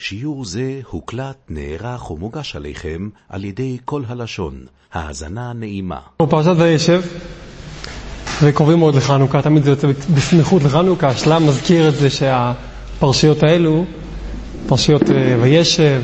שיעור זה הוקלט, נערך ומוגש עליכם על ידי כל הלשון. האזנה נעימה. פרשת וישב, וקרובים מאוד לחנוכה, תמיד זה יוצא בסמיכות לחנוכה. השלם מזכיר את זה שהפרשיות האלו, פרשיות וישב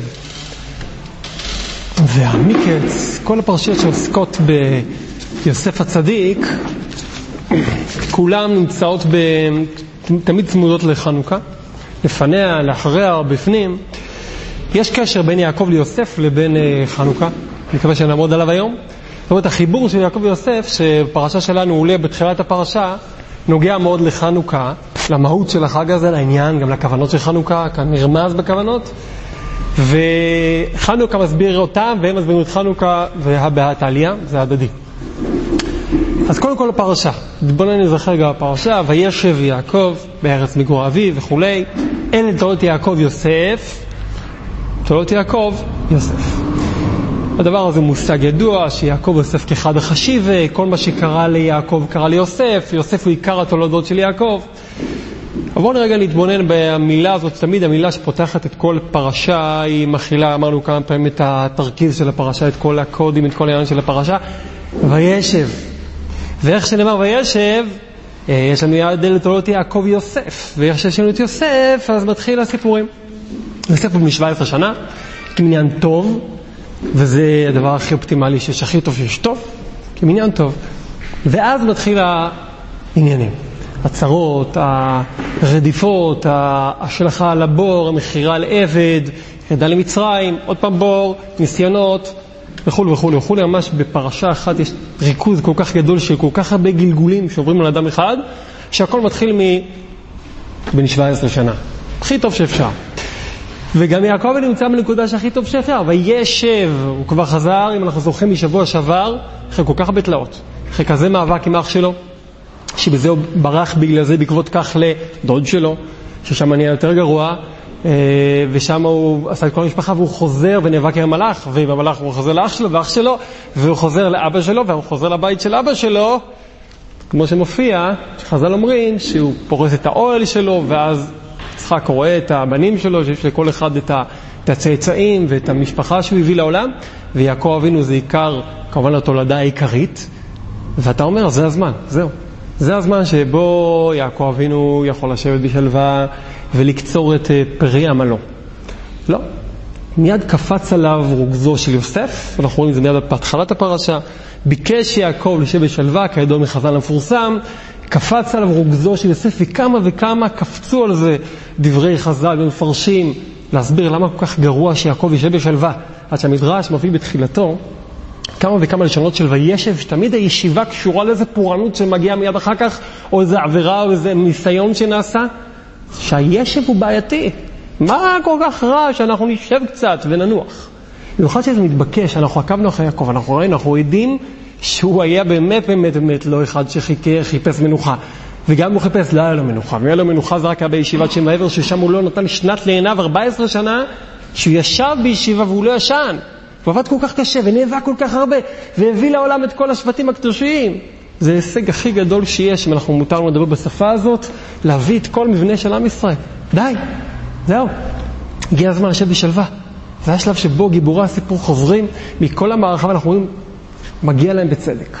והמיקץ, כל הפרשיות שעוסקות ביוסף הצדיק, כולם נמצאות תמיד צמודות לחנוכה, לפניה, לאחריה או בפנים. יש קשר בין יעקב ליוסף לבין חנוכה, אני מקווה שנעמוד עליו היום. זאת אומרת, החיבור של יעקב ויוסף, שפרשה שלנו עולה בתחילת הפרשה, נוגע מאוד לחנוכה, למהות של החג הזה, לעניין, גם לכוונות של חנוכה, כאן נרמז בכוונות. וחנוכה מסביר אותם, והם מסבירים את חנוכה והבעת העלייה, זה הדדי. אז קודם כל הפרשה, בואו נזכר גם הפרשה, וישב יעקב בארץ מגור אביו וכולי, אלה תולדות יעקב יוסף, תולדות יעקב יוסף. הדבר הזה מושג ידוע, שיעקב יוסף כאחד החשיב, כל מה שקרה ליעקב קרה ליוסף, יוסף הוא עיקר התולדות של יעקב. אבל בואו נרגע להתבונן במילה הזאת, תמיד המילה שפותחת את כל פרשה, היא מכילה, אמרנו כמה פעמים את התרכיז של הפרשה, את כל הקודים, את כל העניין של הפרשה, וישב. ואיך שנאמר וישב, יש לנו יד לתולדות יעקב יוסף, ואיך שיש לנו את יוסף, אז מתחיל הסיפורים. יוסף הוא בן 17 שנה, כמניין טוב, וזה הדבר הכי אופטימלי, שיש הכי טוב שיש טוב, כמניין טוב. ואז מתחיל העניינים, הצרות, הרדיפות, השלכה על הבור, המחירה על עבד, ירידה למצרים, עוד פעם בור, ניסיונות, וכו' וכו' וכו'. ממש בפרשה אחת יש ריכוז כל כך גדול של כל כך הרבה גלגולים שעוברים על אדם אחד, שהכל מתחיל בן 17 שנה. הכי טוב שאפשר. וגם יעקב נמצא בנקודה שהכי טוב שאפשר. וישב, הוא כבר חזר, אם אנחנו זוכרים משבוע שעבר, אחרי כל כך הרבה תלאות. אחרי כזה מאבק עם אח שלו, שבזה הוא ברח בגלל זה בעקבות כך לדוד שלו, ששם נהיה יותר גרוע, ושם הוא עשה את כל המשפחה, והוא חוזר ונאבק עם המלאך, ועם המלאך הוא חוזר לאח שלו ואח שלו, והוא חוזר לאבא שלו, והוא חוזר לבית של אבא שלו, כמו שמופיע, שחז"ל אומרים שהוא פורס את האוהל שלו, ואז יצחק רואה את הבנים שלו, שיש לכל אחד את הצאצאים ואת המשפחה שהוא הביא לעולם, ויעקב אבינו זה עיקר, כמובן התולדה העיקרית, ואתה אומר, זה הזמן, זהו. זה הזמן שבו יעקב אבינו יכול לשבת בשלווה ולקצור את פרי עמלו. לא. מיד קפץ עליו רוגזו של יוסף, אנחנו רואים את זה מיד בהתחלת הפרשה, ביקש יעקב לשבת בשלווה, כידוע מחז"ל המפורסם, קפץ עליו רוגזו של יוסף, וכמה וכמה קפצו על זה דברי חז"ל ומפרשים, להסביר למה כל כך גרוע שיעקב ישב בשלווה, עד שהמדרש מביא בתחילתו, כמה וכמה לשונות של וישב, שתמיד הישיבה קשורה לאיזה פורענות שמגיעה מיד אחר כך, או איזה עבירה או איזה ניסיון שנעשה, שהישב הוא בעייתי. מה כל כך רע שאנחנו נשב קצת וננוח? במיוחד שזה מתבקש, אנחנו עקבנו אחרי יעקב, אנחנו יודעים שהוא היה באמת לא אחד שחיפש מנוחה. וגם הוא חיפש, לא היה לו מנוחה. והיה לו מנוחה זה רק היה בישיבת שם העבר, ששם הוא לא נתן שנת לעיניו 14 שנה, שהוא ישב בישיבה והוא לא ישן. הוא עבד כל כך קשה ונאבק כל כך הרבה, והביא לעולם את כל השבטים הקדושים. זה הישג הכי גדול שיש, אם אנחנו מותר לדבר בשפה הזאת, להביא את כל מבנה של עם ישראל. די, זהו. הגיע הזמן לשבת בשלווה. זה השלב שבו גיבורי הסיפור חוזרים מכל המערכה, ואנחנו רואים, מגיע להם בצדק.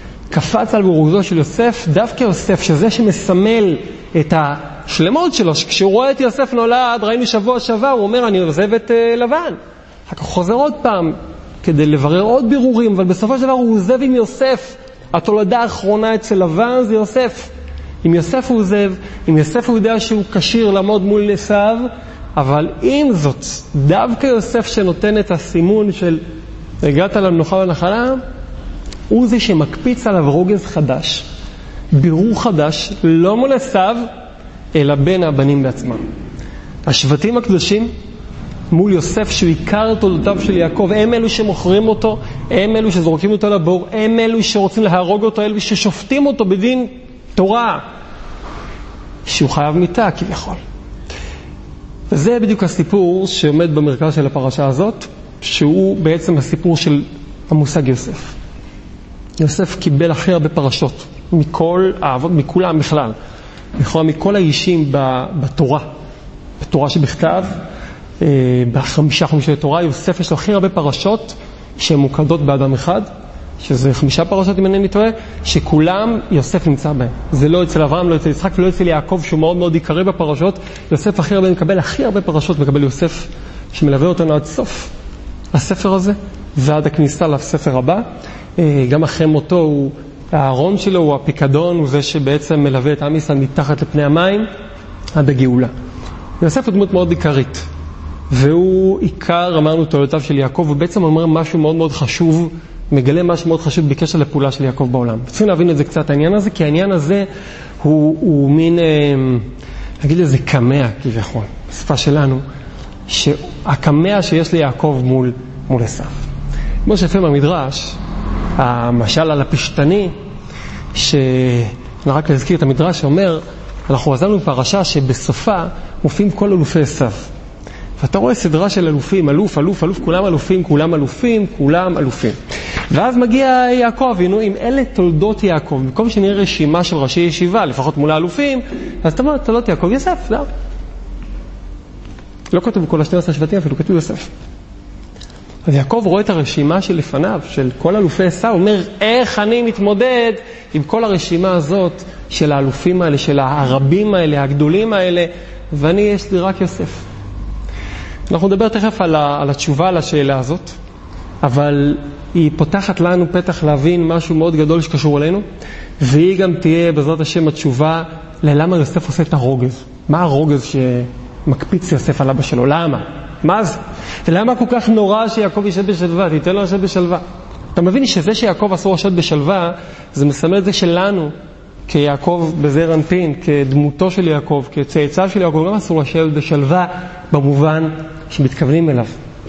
קפץ על רוגזו של יוסף, דווקא יוסף, שזה שמסמל את השלמות שלו, כשהוא רואה את יוסף נולד, ראינו שבוע שעבר, הוא אומר, אני עוזב את לבן. אחר כך חוזר עוד פעם, כדי לברר עוד בירורים, אבל בסופו של דבר הוא עוזב עם יוסף. התולדה האחרונה אצל לבן זה יוסף. עם יוסף הוא עוזב, עם יוסף הוא יודע שהוא קשיר לעמוד מול עשיו, אבל עם זאת, דווקא יוסף שנותן את הסימון של הגעת למנוחה ולנחלה, הוא זה שמקפיץ עליו רוגז חדש, בירור חדש, לא מול עשיו, אלא בין הבנים בעצמם. השבטים הקדושים, מול יוסף שהוא עיקר תולדותיו של יעקב, הם אלו שמוכרים אותו, הם אלו שזורקים אותו לבור, הם אלו שרוצים להרוג אותו, אלו ששופטים אותו בדין תורה, שהוא חייב מיתה כביכול. וזה בדיוק הסיפור שעומד במרכז של הפרשה הזאת, שהוא בעצם הסיפור של המושג יוסף. יוסף קיבל הכי הרבה פרשות, מכל האבות, מכולם בכלל, מכל האישים בתורה שבכתב, ב5 חומשי תורה, יוסף יש לו הכי הרבה פרשות שהן מוקדות באדם אחד, שזה 5 פרשות אם אינני טועה, שכולם יוסף נמצא בהם. זה לא אצל אברהם, לא אצל יצחק ולא אצל יעקב, שהוא מאוד מאוד עיקרי בפרשות. יוסף הכי הרבה פרשות מקבל יוסף, שמלווה אותנו עד סוף הספר הזה, ועד הכניסה לספר הבא. גם אחרי מותו, הארון שלו הוא הפיקדון, הוא זה שבעצם מלווה את עם ישראל מתחת לפני המים, עד הגאולה. יוסף הוא דמות מאוד עיקרית, והוא עיקר, אמרנו, תולדותיו של יעקב, ובעצם אומר משהו מאוד מאוד חשוב, מגלה משהו מאוד חשוב בקשר לפעולה של יעקב בעולם. צריכים להבין את זה קצת, העניין הזה, כי העניין הזה הוא מין, נגיד לזה קמע כביכול, בשפה שלנו, שהקמע שיש ליעקב מול עשיו. כמו שפעמים המדרש, המשל על הפשטני, רק להזכיר את המדרש שאומר, אנחנו עזרנו בפרשה שבסופה מופיעים כל אלופי עשיו. ואתה רואה סדרה של אלופים, אלוף, כולם אלופים. ואז מגיע יעקב, אם אלה תולדות יעקב, במקום שנראה רשימה של ראשי ישיבה, לפחות מול האלופים, אז אתה אומר, תולדות יעקב, יוסף, לא כתוב כל 12 שבטים, אפילו כתוב יוסף. אז יעקב רואה את הרשימה שלפניו, של כל אלופי עשיו, אומר, איך אני מתמודד עם כל הרשימה הזאת של האלופים האלה, של הרבים האלה, הגדולים האלה, ואני, יש לי רק יוסף. אנחנו נדבר תכף על התשובה על השאלה הזאת, אבל היא פותחת לנו פתח להבין משהו מאוד גדול שקשור אלינו, והיא גם תהיה בעזרת השם התשובה ללמה יוסף עושה את הרוגז. מה הרוגז שמקפיץ יוסף על אבא שלו? למה? מה זה? ולמה כל כך נורא שיעקב ישב בשלווה? תיתן לו לשבת בשלווה. אתה מבין שזה שיעקב אסור לשבת בשלווה, זה מסמל את זה שלנו, כיעקב בזר אנפין, כדמותו של יעקב, כצאצא של יעקב, גם אסור לשבת בשלווה במובן שמתכוונים אליו.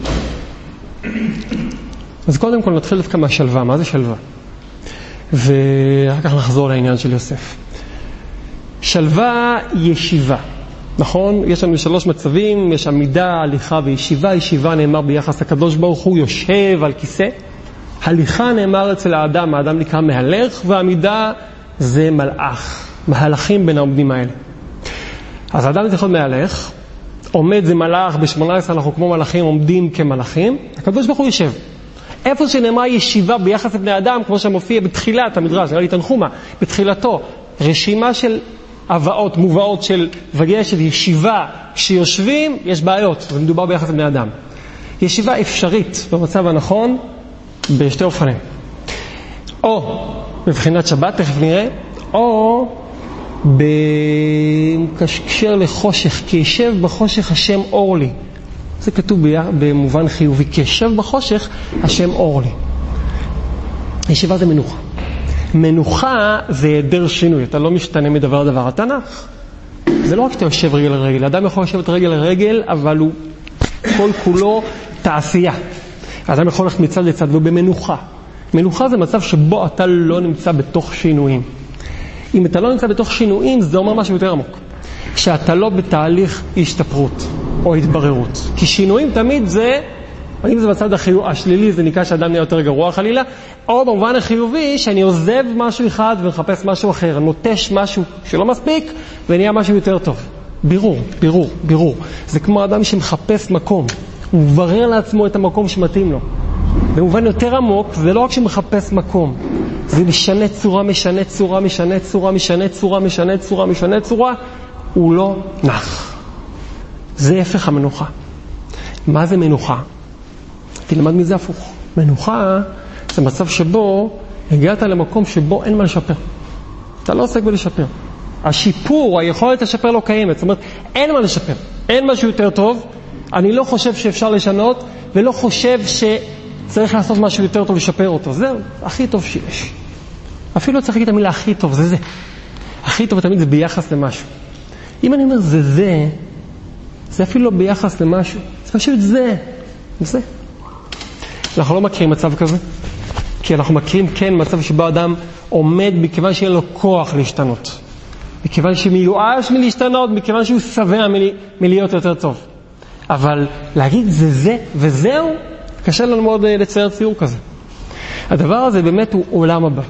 אז קודם כל נתחיל דווקא מהשלווה. מה זה שלווה? ואחר כך נחזור לעניין של יוסף. שלווה ישיבה. נכון? יש לנו 3 מצבים, יש עמידה, הליכה וישיבה. ישיבה נאמר ביחס לקדוש ברוך הוא, יושב על כיסא. הליכה נאמר אצל האדם נקרא מהלך, ועמידה זה מלאך. מהלכים בין העומדים האלה. אז האדם צריך להיות מהלך, עומד זה מלאך, ב-18 אנחנו כמו מלאכים, עומדים כמלאכים, הקדוש ברוך הוא יושב. איפה שנאמר ישיבה ביחס לבני אדם, כמו שמופיע בתחילת המדרש, נראה לי תנחומה, בתחילתו, רשימה של הבאות, מובאות של וגיע של ישיבה, כשיושבים יש בעיות, זה מדובר ביחס לבני אדם. ישיבה אפשרית במצב הנכון, בשתי אופנים. או בבחינת שבת, תכף נראה, או בקשר לחושך, כי ישב בחושך השם אור לי. זה כתוב במובן חיובי, כי ישב בחושך השם אור לי. ישיבה זה מנוחה. מנוחה זה היעדר שינוי, אתה לא משתנה מדבר לדבר. התנ"ך זה לא רק שאתה יושב רגל לרגל, האדם יכול לשבת רגל לרגל, אבל הוא כל כולו תעשייה. האדם יכול ללכת מצד לצד ובמנוחה. מנוחה זה מצב שבו אתה לא נמצא בתוך שינויים. אם אתה לא נמצא בתוך שינויים, זה אומר משהו יותר עמוק. שאתה לא בתהליך השתפרות או התבררות. כי שינויים תמיד זה, אם זה בצד השלילי, זה נקרא שאדם נהיה יותר גרוע חלילה, או במובן החיובי, שאני עוזב משהו אחד ומחפש משהו אחר, נוטש משהו שלא מספיק, ונהיה משהו יותר טוב. בירור. זה כמו אדם שמחפש מקום. הוא מברר לעצמו את המקום שמתאים לו. במובן יותר עמוק, זה לא רק שמחפש מקום. זה משנה צורה, הוא לא נח. זה הפך המנוחה. מה זה מנוחה? תלמד מזה הפוך. מנוחה זה מצב שבו הגעת למקום שבו אין מה לשפר. אתה לא עוסק בלשפר. השיפור, היכולת לשפר לא קיימת. זאת אומרת, אין מה לשפר. אין משהו יותר טוב. אני לא חושב שאפשר לשנות, ולא חושב שצריך לעשות משהו יותר טוב לשפר אותו. זהו, הכי טוב שיש. אפילו לא צריך להגיד את המילה הכי טוב, זה. הכי טוב תמיד זה ביחס למשהו. אם אני אומר זה אפילו לא ביחס למשהו. זה פשוט זה. אנחנו לא מכירים מצב כזה, כי אנחנו מכירים כן מצב שבו אדם עומד מכיוון שיהיה לו כוח להשתנות. מכיוון שמיואש מלהשתנות, מכיוון שהוא שבע מלהיות יותר טוב. אבל להגיד זה וזהו, קשה לנו מאוד לצייר ציור כזה. הדבר הזה באמת הוא עולם הבא.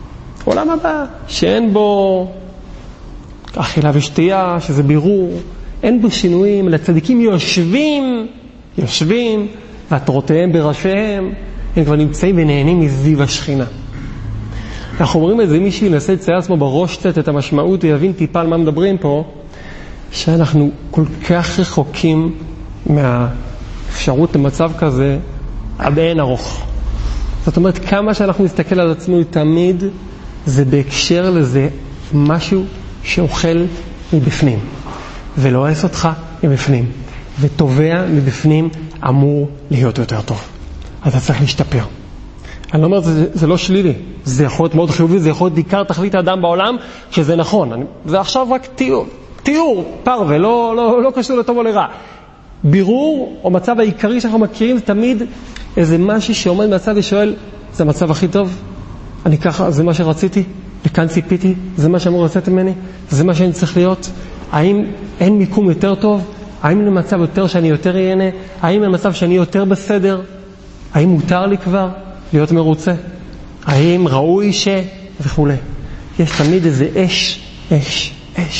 עולם הבא שאין בו אכילה ושתייה, שזה בירור, אין בו שינויים, לצדיקים יושבים, ועטרותיהם בראשיהם, הם כבר נמצאים ונהנים מזיו השכינה. אנחנו אומרים את זה, מי שינסה לצייר עצמו בראש קצת את המשמעות, הוא יבין טיפה על מה מדברים פה, שאנחנו כל כך רחוקים מהאפשרות למצב כזה עד אין ארוך. זאת אומרת, כמה שאנחנו נסתכל על עצמנו תמיד, זה בהקשר לזה משהו שאוכל מבפנים, ולועס אותך מבפנים, וטובע מבפנים אמור להיות יותר טוב. אז אתה צריך להשתפר. אני לא אומר, זה לא שלילי, זה יכול להיות מאוד חיובי, זה יכול להיות עיקר תכלית האדם בעולם, שזה נכון. זה עכשיו רק תיאור, פרווה, לא קשור לטוב או לרע. בירור, או מצב העיקרי שאנחנו מכירים, זה תמיד איזה משהו שעומד מהצד ושואל, זה המצב הכי טוב? אני ככה, זה מה שרציתי? וכאן ציפיתי? זה מה שאמור לצאת ממני? זה מה שאני צריך להיות? האם אין מיקום יותר טוב? האם אין מצב יותר שאני יותר ייהנה? האם אין מצב שאני יותר בסדר? האם מותר לי כבר להיות מרוצה? האם ראוי וכו'. יש תמיד איזה אש.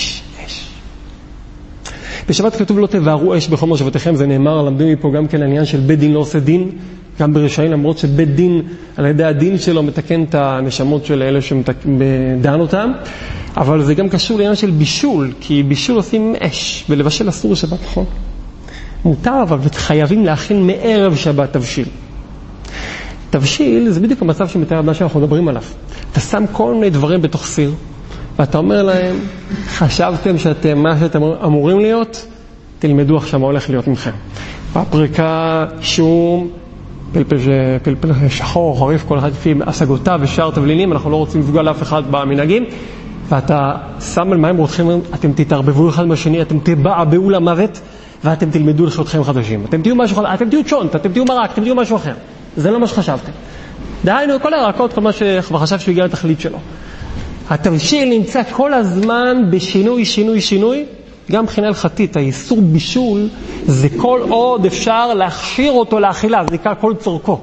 בשבת כתוב לא תבערו אש בכל מושבותיכם, זה נאמר, למדים מפה גם כן העניין של בית דין לא עושה דין, גם ברשעים, למרות שבית דין על ידי הדין שלו מתקן את הנשמות של אלה שמדן אותם, אבל זה גם קשור לעניין של בישול, כי בישול עושים אש, ולבשל אסור בשבת, נכון? מותר, אבל חייבים להכין מערב שבת תבשיל. תבשיל זה בדיוק המצב שמתאר מה שאנחנו מדברים עליו. אתה שם כל מיני דברים בתוך סיר, ואתה אומר להם, חשבתם שאתם מה שאתם אמורים להיות, תלמדו עכשיו מה הולך להיות מכם. פפריקה, שום, פלפל שחור, חריף, כל אחד לפי השגותיו ושאר תבלינים, אנחנו לא רוצים לפגוע לאף אחד במנהגים, ואתה שם על מים רותחים, אתם תתערבבו אחד מהשני, אתם תבעבעו למוות, ואתם תלמדו לחיות חיים חדשים. אתם תהיו משהו, אתם תהיו צ'ונט, אתם תהיו מרק, אתם תהיו משהו אחר. זה לא מה שחשבתם. דהיינו, כל הירקות, כל מה שכבר חשב שהוא הגיע לתכלית שלו. התבשיל נמצא כל הזמן בשינוי, גם מבחינה הלכתית, האיסור בישול זה כל עוד אפשר להכשיר אותו לאכילה, זה נקרא כל צורכו.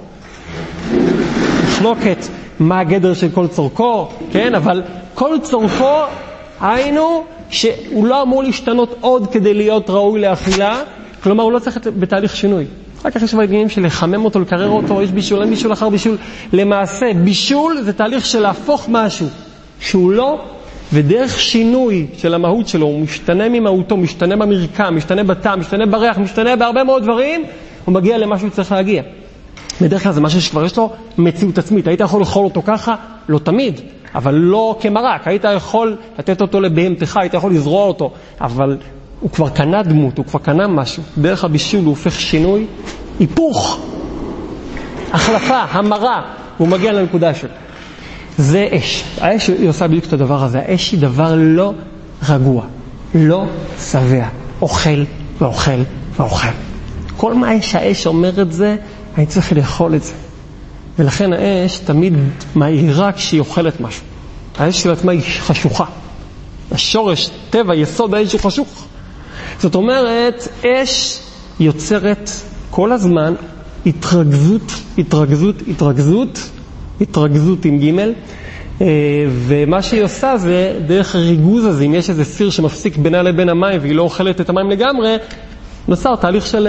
מחלוקת מה הגדר של כל צורכו, כן? אבל כל צורכו היינו שהוא לא אמור להשתנות עוד כדי להיות ראוי לאכילה, כלומר הוא לא צריך בתהליך שינוי. רק אחרי שבעניינים של לחמם אותו, לקרר אותו, יש בישול, אין בישול אחר בישול. למעשה, בישול זה תהליך של להפוך משהו שהוא לא, ודרך שינוי של המהות שלו, הוא משתנה ממהותו, משתנה במרקם, משתנה בטעם, משתנה בריח, משתנה בהרבה מאוד דברים, הוא מגיע למה שהוא צריך להגיע. בדרך כלל זה משהו שכבר יש לו מציאות עצמית. היית יכול לאכול אותו ככה? לא תמיד, אבל לא כמרק. היית יכול לתת אותו לבהמתך, היית יכול לזרוע אותו, אבל הוא כבר קנה דמות, הוא כבר קנה משהו. דרך הבישול הוא הופך שינוי, היפוך, החלפה, המרה, הוא מגיע לנקודה שלו. זה אש. האש היא עושה בדיוק את הדבר הזה. האש היא דבר לא רגוע, לא שבע. אוכל ואוכל ואוכל. כל מה שהאש אומר את זה, אני צריך לאכול את זה. ולכן האש תמיד מהירה כשהיא אוכלת משהו. האש של עצמה היא חשוכה. השורש, טבע, יסוד האש הוא חשוך. זאת אומרת, אש יוצרת כל הזמן התרגזות עם ג', ומה שהיא עושה זה דרך הריגוז הזה, אם יש איזה סיר שמפסיק בינה לבין המים והיא לא אוכלת את המים לגמרי, נוצר תהליך של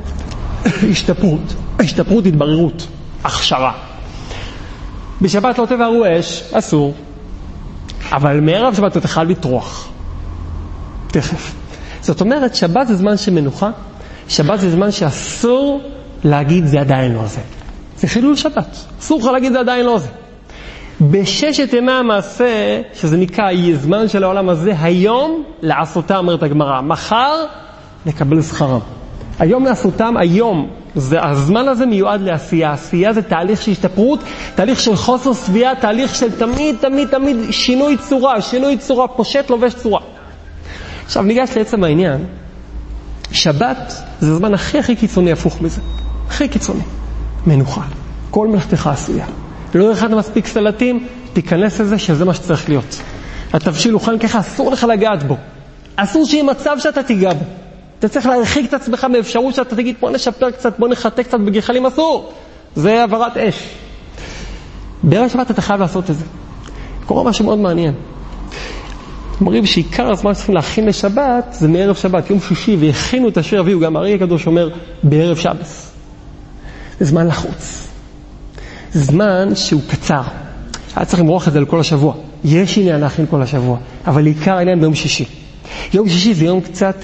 השתפרות, התבררות, הכשרה. בשבת לא תבערו אש, אסור, אבל מערב שבת אתה חייב לטרוח תכף. זאת אומרת, שבת זה זמן שמנוחה, שבת זה זמן שאסור להגיד זה עדיין לא זה. זה חילול שבת. אסור לך להגיד זה עדיין לא זה. בששת ימי המעשה, שזה נקרא זמן של העולם הזה, היום לעשותה, אומרת הגמרא. מחר לקבל שכרם. היום לעשותם, היום. הזמן הזה מיועד לעשייה. עשייה זה תהליך של השתפרות, תהליך של חוסר שביעה, תהליך של תמיד שינוי צורה, פושט לובש צורה. עכשיו ניגש לעצם העניין, שבת זה הזמן הכי קיצוני הפוך מזה. הכי קיצוני. מנוחה. כל מלאכתך עשויה. לא הכנת מספיק סלטים, תיכנס לזה שזה מה שצריך להיות. התבשיל אוכל ככה, אסור לך לגעת בו. אסור שיהיה מצב שאתה תיגע בו. אתה צריך להרחיק את עצמך מאפשרות שאתה תגיד, בוא נשפר קצת, בוא נחטא קצת בגחלים, אסור. זה עברת אש. בערב שבת אתה חייב לעשות את זה. קורה משהו מאוד מעניין. אומרים שעיקר הזמן שצריכים להכין לשבת זה מערב שבת, יום שישי, והכינו את אשר הביאו. גם הרי הקדוש אומר בערב שבת. זה זמן לחוץ. זה זמן שהוא קצר. היה צריך למרוח את זה לכל השבוע. יש עניין להכין כל השבוע, אבל עיקר העניין ביום שישי. יום שישי זה יום קצת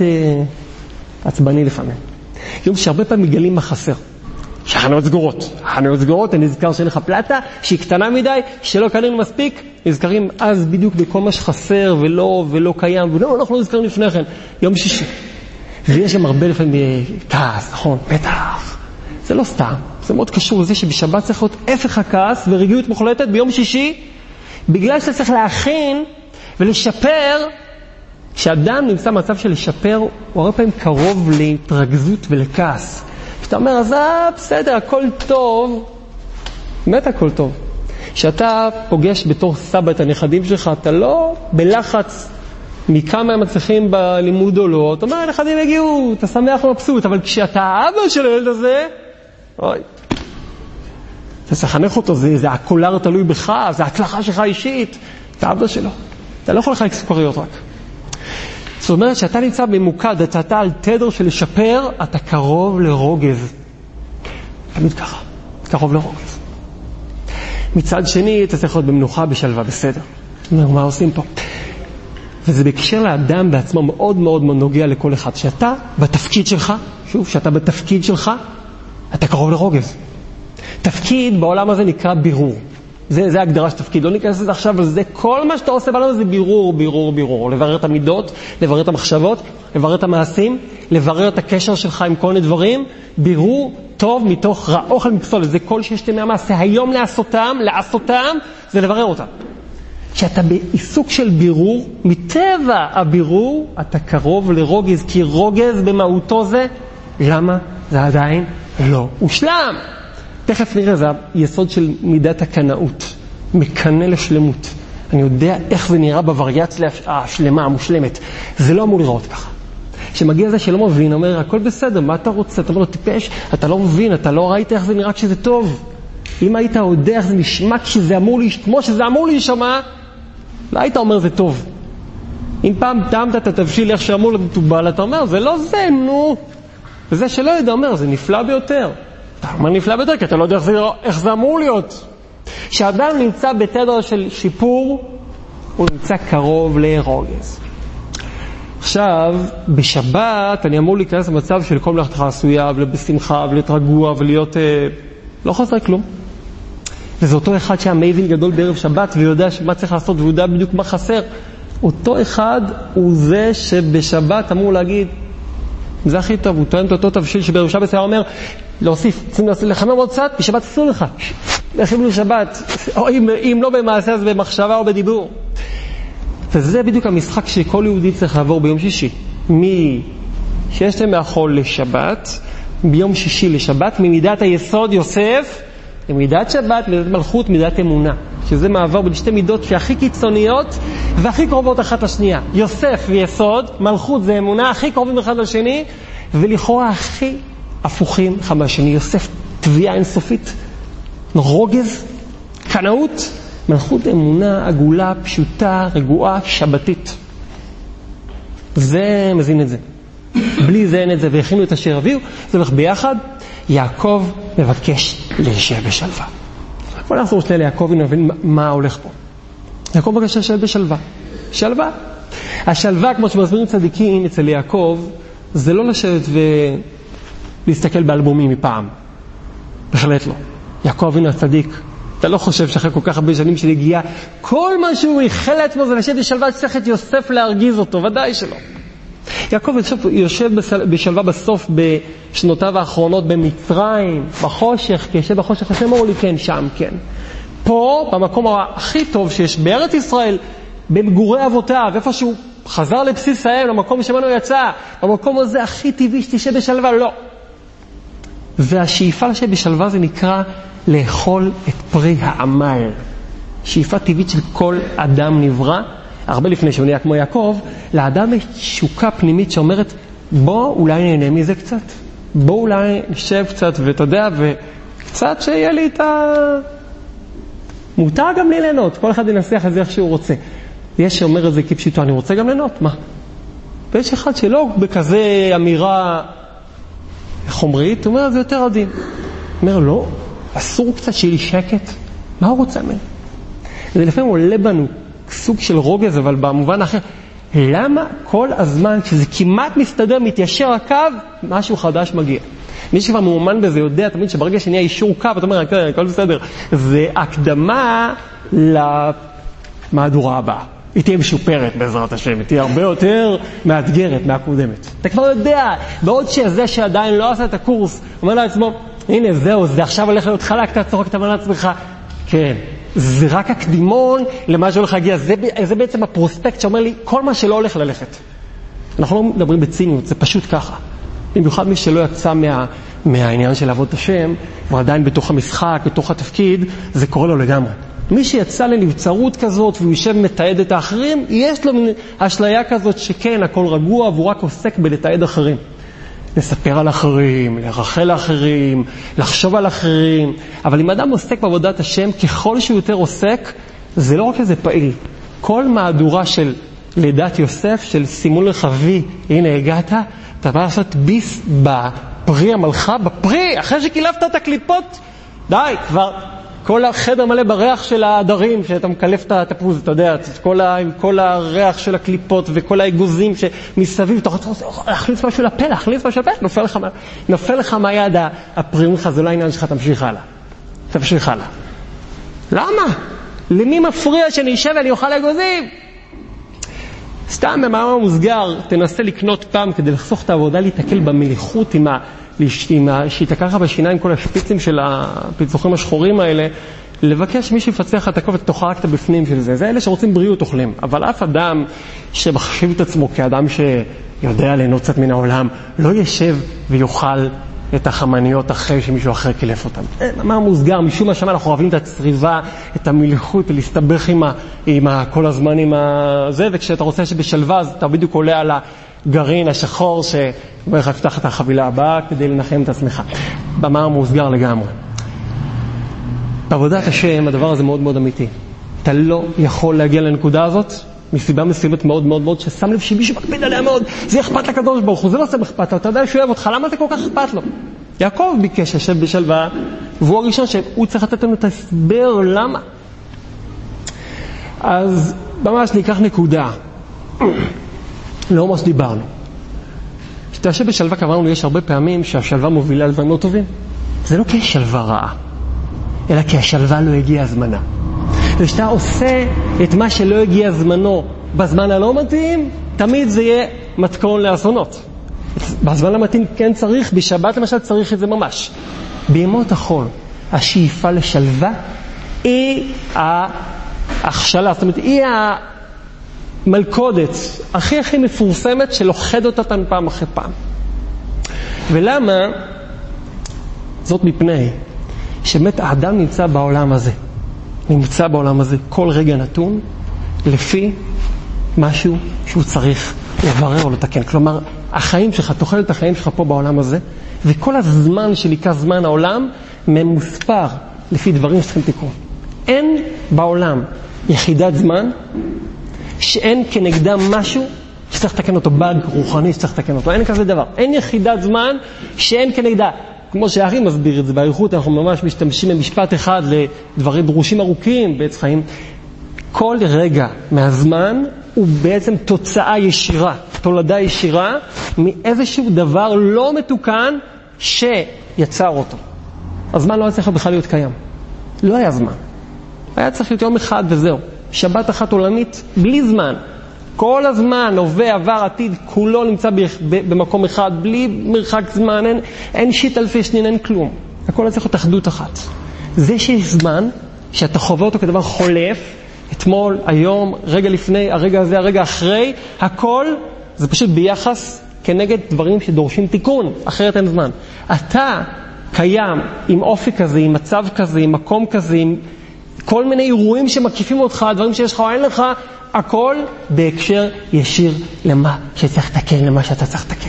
עצבני לפעמים. יום שהרבה פעמים מגלים מה חסר. שהחנויות סגורות. החנויות סגורות, אני נזכר שאין לך פלטה, שהיא קטנה מדי, שלא קנינו מספיק, נזכרים אז בדיוק בכל מה שחסר ולא קיים, ולא, אנחנו לא נזכרים לפני כן. יום שישי. ויש גם הרבה לפעמים כעס, נכון, בטח. זה לא סתם. זה מאוד קשור לזה שבשבת צריך להיות הפך הכעס ורגיעות מוחלטת ביום שישי, בגלל שאתה צריך להכין ולשפר. כשאדם נמצא במצב של לשפר, הוא הרבה פעמים קרוב להתרגזות ולכעס. כשאתה אומר, אז בסדר, הכל טוב, באמת הכל טוב. כשאתה פוגש בתור סבא את הנכדים שלך, אתה לא בלחץ מכמה הם מצליחים בלימוד או לא, אתה אומר, הנכדים הגיעו, אתה שמח ומבסוט, אבל כשאתה האבא של הילד הזה, אוי, אתה שחנך אותו, זה הקולר תלוי בך, זה ההצלחה שלך אישית, אתה האבא שלו. אתה לא יכול לחלק סוכריות רק. זאת אומרת שאתה נמצא במוקד, אתה על תדר של לשפר, אתה קרוב לרוגז. תמיד ככה, קרוב לרוגז. מצד שני, אתה צריך להיות במנוחה, בשלווה, בסדר. מה עושים פה? וזה בקשר לאדם בעצמו מאוד מאוד נוגע לכל אחד. שאתה בתפקיד שלך, שוב, שאתה בתפקיד שלך, אתה קרוב לרוגז. תפקיד בעולם הזה נקרא בירור. זה ההגדרה של תפקיד. לא ניכנס לזה עכשיו, אבל זה כל מה שאתה עושה בעולם הזה בירור. לברר את המידות, לברר את המחשבות, לברר את המעשים, לברר את הקשר שלך עם כל מיני דברים. בירור טוב מתוך רע, אוכל מפסולת. זה כל שיש מהמעשה. היום לעשותם, זה לברר אותם. כשאתה בעיסוק של בירור, מטבע הבירור, אתה קרוב לרוגז, כי רוגז במהותו זה, למה? זה עדיין לא הושלם. תכף נראה, זה היסוד של מידת הקנאות, מקנה לשלמות. אני יודע איך זה נראה בווריאציה השלמה, המושלמת. זה לא אמור לראות ככה. כשמגיע זה שלא מבין, אומר, הכל בסדר, מה אתה רוצה? אתה אומר לו, טיפש, אתה לא מבין, אתה לא ראית איך זה נראה כשזה טוב. אם היית יודע איך זה נשמע כשזה אמור כמו שזה אמור להישמע, לא היית אומר זה טוב. אם פעם טעמת את התבשיל איך שאמור לטובל, אתה אומר, זה לא זה, נו. וזה שלא יודע, אומר, זה נפלא ביותר. אתה אומר נפלא ביותר, כי אתה לא יודע איך זה אמור להיות. כשאדם נמצא בתדר של שיפור, הוא נמצא קרוב לרוגז. עכשיו, בשבת אני אמור להיכנס למצב של כל מלאכתך עשויה, ובשמחה, ולהיות רגוע, ולהיות לא חסר כלום. וזה אותו אחד שהיה מבין גדול בערב שבת, ויודע מה צריך לעשות, ויודע בדיוק מה חסר. אותו אחד הוא זה שבשבת אמור להגיד, זה הכי טוב, הוא טוען את אותו תבשיל שבערב שבת היה אומר, להוסיף, צריכים לחמם עוד קצת, בשבת אסור לך. להכין לשבת, או אם לא במעשה, אז במחשבה או בדיבור. וזה בדיוק המשחק שכל יהודי צריך לעבור ביום שישי. שיש להם מהחול לשבת, ביום שישי לשבת, ממידת היסוד יוסף, למידת שבת, מידת מלכות, מידת אמונה. שזה מעבר בין שתי מידות שהכי קיצוניות והכי קרובות אחת לשנייה. יוסף ויסוד, מלכות זה אמונה, הכי קרובים אחד לשני, ולכאורה הכי הפוכים אחד לשני. יוסף תביעה אינסופית, רוגז, קנאות, מלכות אמונה, עגולה, פשוטה, רגועה, שבתית. זה מזין את זה. בלי זה אין את זה, והכינו את אשר הביאו, זה הולך ביחד. יעקב מבקש להישב בשלווה. בוא נחזור שנייה ליעקב ונבין מה הולך פה. יעקב מבקש להישב בשלווה. שלווה. השלווה, כמו שמסבירים צדיקים אצל יעקב, זה לא לשבת ולהסתכל באלבומים מפעם. בהחלט לא. יעקב אבינו הצדיק, אתה לא חושב שאחרי כל כך הרבה שנים של הגיעה, כל מה שהוא ייחל לעצמו זה לשבת בשלווה, צריך את יוסף להרגיז אותו, ודאי שלא. יעקב יושב בשלווה בסוף בשנותיו האחרונות במצרים, בחושך, כי יושב בחושך, השם אמרו לי כן, שם כן. פה, במקום הכי טוב שיש בארץ ישראל, במגורי אבותיו, איפה שהוא חזר לבסיס האם, למקום שמנו יצא, במקום הזה הכי טבעי שתשב בשלווה, לא. והשאיפה לשב בשלווה זה נקרא לאכול את פרי העמל. שאיפה טבעית של כל אדם נברא, הרבה לפני שהוא נהיה כמו יעקב, לאדם יש תשוקה פנימית שאומרת, בוא אולי נהנה מזה קצת. בוא אולי נשב קצת ואתה יודע, וקצת שיהיה לי את מותר גם לי ליהנות, כל אחד ינסח את זה איך שהוא רוצה. יש שאומר את זה כפשוטו, אני רוצה גם ליהנות, מה? ויש אחד שלא בכזה אמירה חומרית, הוא אומר, זה יותר עדין. הוא אומר, לא, אסור קצת שיהיה לי שקט. מה הוא רוצה ממנו? זה לפעמים עולה בנו סוג של רוגז, אבל במובן אחר, למה כל הזמן, כשזה כמעט מסתדר, מתיישר הקו, משהו חדש מגיע? מי שכבר מאומן בזה יודע, תמיד שברגע שנהיה אישור קו, אתה אומר, הכל בסדר. זה הקדמה למהדורה הבאה. היא תהיה משופרת בעזרת השם, היא תהיה הרבה יותר מאתגרת מהקודמת. אתה כבר יודע, בעוד שזה שעדיין לא עשה את הקורס, אומר לעצמו, הנה זהו, זה עכשיו הולך להיות חלק, אתה צוחק את המנה עצמך. כן, זה רק הקדימון למה שהולך להגיע. זה בעצם הפרוספקט שאומר לי, כל מה שלא הולך ללכת. אנחנו לא מדברים בציניות, זה פשוט ככה. במיוחד מי שלא יצא מהעניין של לעבוד את השם, הוא עדיין בתוך המשחק, בתוך התפקיד, זה קורה לו לגמרי. מי שיצא לנבצרות כזאת והוא יושב מתעד את האחרים, יש לו אשליה כזאת שכן, הכל רגוע, והוא רק עוסק בלתעד אחרים. לספר על אחרים, לרחל לאחרים, לחשוב על אחרים. אבל אם אדם עוסק בעבודת השם, ככל שהוא יותר עוסק, זה לא רק איזה פעיל. כל מהדורה של לידת יוסף, של סימון לחבי, הנה הגעת, אתה בא לעשות ביס בפרי המלכה, בפרי, אחרי שקילפת את הקליפות, די, כבר כל החדר מלא בריח של העדרים, שאתה מקלף את התפוז, אתה יודע, כל הריח של הקליפות וכל האגוזים שמסביב, אתה רוצה להכניס משהו לפה, נופל לך מהיד הפריון לך, זה לא העניין שלך, תמשיך הלאה. למה? למי מפריע שאני אשב ואני אוכל אגוזים? סתם במאמר מוסגר, תנסה לקנות פעם כדי לחסוך את העבודה, להתקל במליחות שיתקע לך בשיניים כל השפיצים של הפיצוחים השחורים האלה, לבקש מי שיפצח את הכל ותאכל רק את הבפנים של זה. זה אלה שרוצים בריאות אוכלים. אבל אף אדם שמחשיב את עצמו כאדם שיודע ליהנות קצת מן העולם, לא ישב ויאכל את החמניות אחרי שמישהו אחר קילף אותם. מאמר מוסגר, משום מה שם אנחנו אוהבים את הצריבה, את המליחות, ולהסתבך כל הזמן עם זה, וכשאתה רוצה שבשלווה, אז אתה בדיוק עולה על הגרעין השחור שאומר לך, תפתח את החבילה הבאה כדי לנחם את עצמך. מאמר מוסגר לגמרי. בעבודת השם, הדבר הזה מאוד מאוד אמיתי. אתה לא יכול להגיע לנקודה הזאת, מסיבה מסוימת מאוד מאוד מאוד, ששם לב שמישהו מקפיד עליה מאוד, זה אכפת לקדוש ברוך הוא, זה לא עושה אכפת לו, אתה יודע שהוא אוהב אותך, למה זה כל כך אכפת לו? יעקב ביקש לשבת בשלווה, והוא הראשון שהוא צריך לתת לנו את ההסבר למה. אז ממש ניקח נקודה, לא מה שדיברנו. שתשב בשלווה, קבענו, יש הרבה פעמים שהשלווה מובילה לדברים לא טובים. זה לא כי השלווה רעה, אלא כי השלווה לא הגיעה זמנה. ושאתה עושה את מה שלא הגיע זמנו בזמן הלא מתאים, תמיד זה יהיה מתכון לאסונות. בזמן המתאים כן צריך, בשבת למשל צריך את זה ממש. בימות החול, השאיפה לשלווה היא ההכשלה, זאת אומרת, היא המלכודת הכי מפורסמת שלוחד אותה פעם אחרי פעם. ולמה? זאת מפני שבאמת האדם נמצא בעולם הזה. נמצא בעולם הזה כל רגע נתון לפי משהו שהוא צריך לברר או לתקן. כלומר, החיים שלך, תאכל את החיים שלך פה בעולם הזה, וכל הזמן שנקרא זמן העולם ממוספר לפי דברים שצריכים תיקון. אין בעולם יחידת זמן שאין כנגדה משהו שצריך לתקן אותו, באג רוחני שצריך לתקן אותו. אין כזה דבר. אין יחידת זמן שאין כנגדה. כמו שהארי מסביר את זה באריכות, אנחנו ממש משתמשים במשפט אחד לדברים דרושים ארוכים בעץ חיים. כל רגע מהזמן הוא בעצם תוצאה ישירה, תולדה ישירה, מאיזשהו דבר לא מתוקן שיצר אותו. הזמן לא היה צריך בכלל להיות קיים. לא היה זמן. היה צריך להיות יום אחד וזהו. שבת אחת עולמית בלי זמן. כל הזמן, הווה, עבר, עתיד, כולו נמצא במקום אחד, בלי מרחק זמן, אין שיט אלפי שנין, אין כלום. הכל צריך להיות אחדות אחת. זה שיש זמן, שאתה חווה אותו כדבר חולף, אתמול, היום, רגע לפני, הרגע הזה, הרגע אחרי, הכל זה פשוט ביחס כנגד דברים שדורשים תיקון, אחרת אין זמן. אתה קיים עם אופי כזה, עם מצב כזה, עם מקום כזה, עם כל מיני אירועים שמקיפים אותך, דברים שיש לך או אין לך, הכל בהקשר ישיר למה שצריך לתקן, למה שאתה צריך לתקן.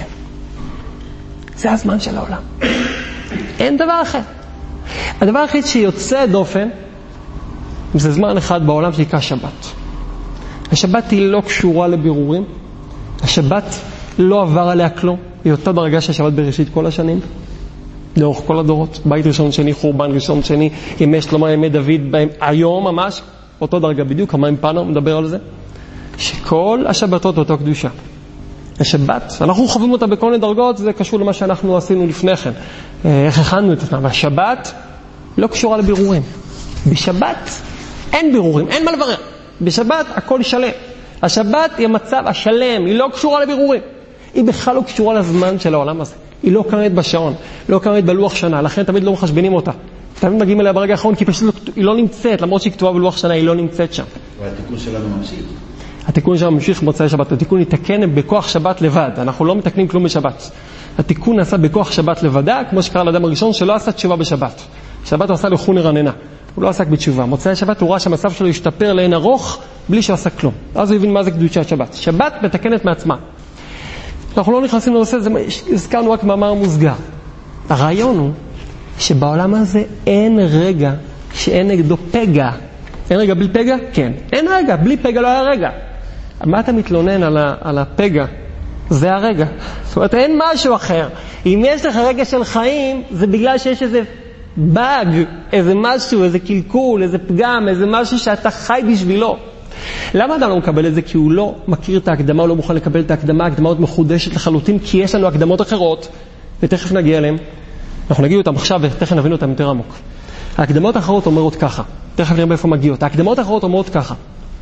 זה הזמן של העולם. אין דבר אחר. הדבר היחיד שיוצא דופן, זה זמן אחד בעולם שנקרא שבת. השבת היא לא קשורה לבירורים. השבת לא עבר עליה כלום. היא אותה דרגה של שבת בראשית כל השנים. לאורך כל הדורות. בית ראשון שני, חורבן ראשון שני, ימי שלמה, ימי דוד, היום ממש, אותו דרגה בדיוק, המים פנו, מדבר על זה. שכל השבתות אותו קדושה. השבת, אנחנו חווים אותה בכל מיני דרגות, זה קשור למה שאנחנו עשינו לפני כן. איך הכנו את זה? והשבת לא קשורה לבירורים. בשבת אין בירורים, אין מה לברר. בשבת הכל שלם. השבת היא המצב השלם, היא לא קשורה לבירורים. היא בכלל לא קשורה לזמן של העולם הזה. היא לא קיימת בשעון, לא קיימת בלוח שנה, לכן תמיד לא מחשבנים אותה. תמיד מגיעים אליה ברגע האחרון, כי פשוט היא לא נמצאת, למרות שהיא כתובה בלוח שנה, היא לא נמצאת שם. והתיקון שלנו ממשיך. התיקון שלנו ממשיך במוצאי שבת. התיקון יתקן בכוח שבת לבד. אנחנו לא מתקנים כלום בשבת. התיקון נעשה בכוח שבת לבדה, כמו שקרה לאדם הראשון שלא עשה תשובה בשבת. שבת הוא עשה לחון רננה. הוא לא עסק בתשובה. מוצאי שבת הוא ראה שהמצב שלו ישתפר לאין ארוך, בלי שעשה כלום. אז הוא הבין מה זה קדושת שבת. שבת מתקנת מעצמה. אנחנו לא נכנסים לנושא, הזכרנו רק מאמר מוסגר. הרעיון הוא שבעולם הזה אין רגע שאין נגדו פגע. אין רגע בלי פגע? כן. אין רגע, בלי פגע לא היה רגע. מה אתה מתלונן על הפגע? זה הרגע. זאת אומרת, אין משהו אחר. אם יש לך רגע של חיים, זה בגלל שיש איזה באג, איזה משהו, איזה קלקול, איזה פגם, איזה משהו שאתה חי בשבילו. למה אדם לא מקבל את זה? כי הוא לא מכיר את ההקדמה, הוא לא מוכן לקבל את ההקדמה, ההקדמה עוד מחודשת לחלוטין, כי יש לנו הקדמות אחרות, ותכף נגיע אליהם. אנחנו נגיע אותם עכשיו, ותכף נבין אותם יותר עמוק. ההקדמות האחרות אומרות ככה, תכף נראה באיפה מגיעות. ההקדמות האחרות אומרות ככה.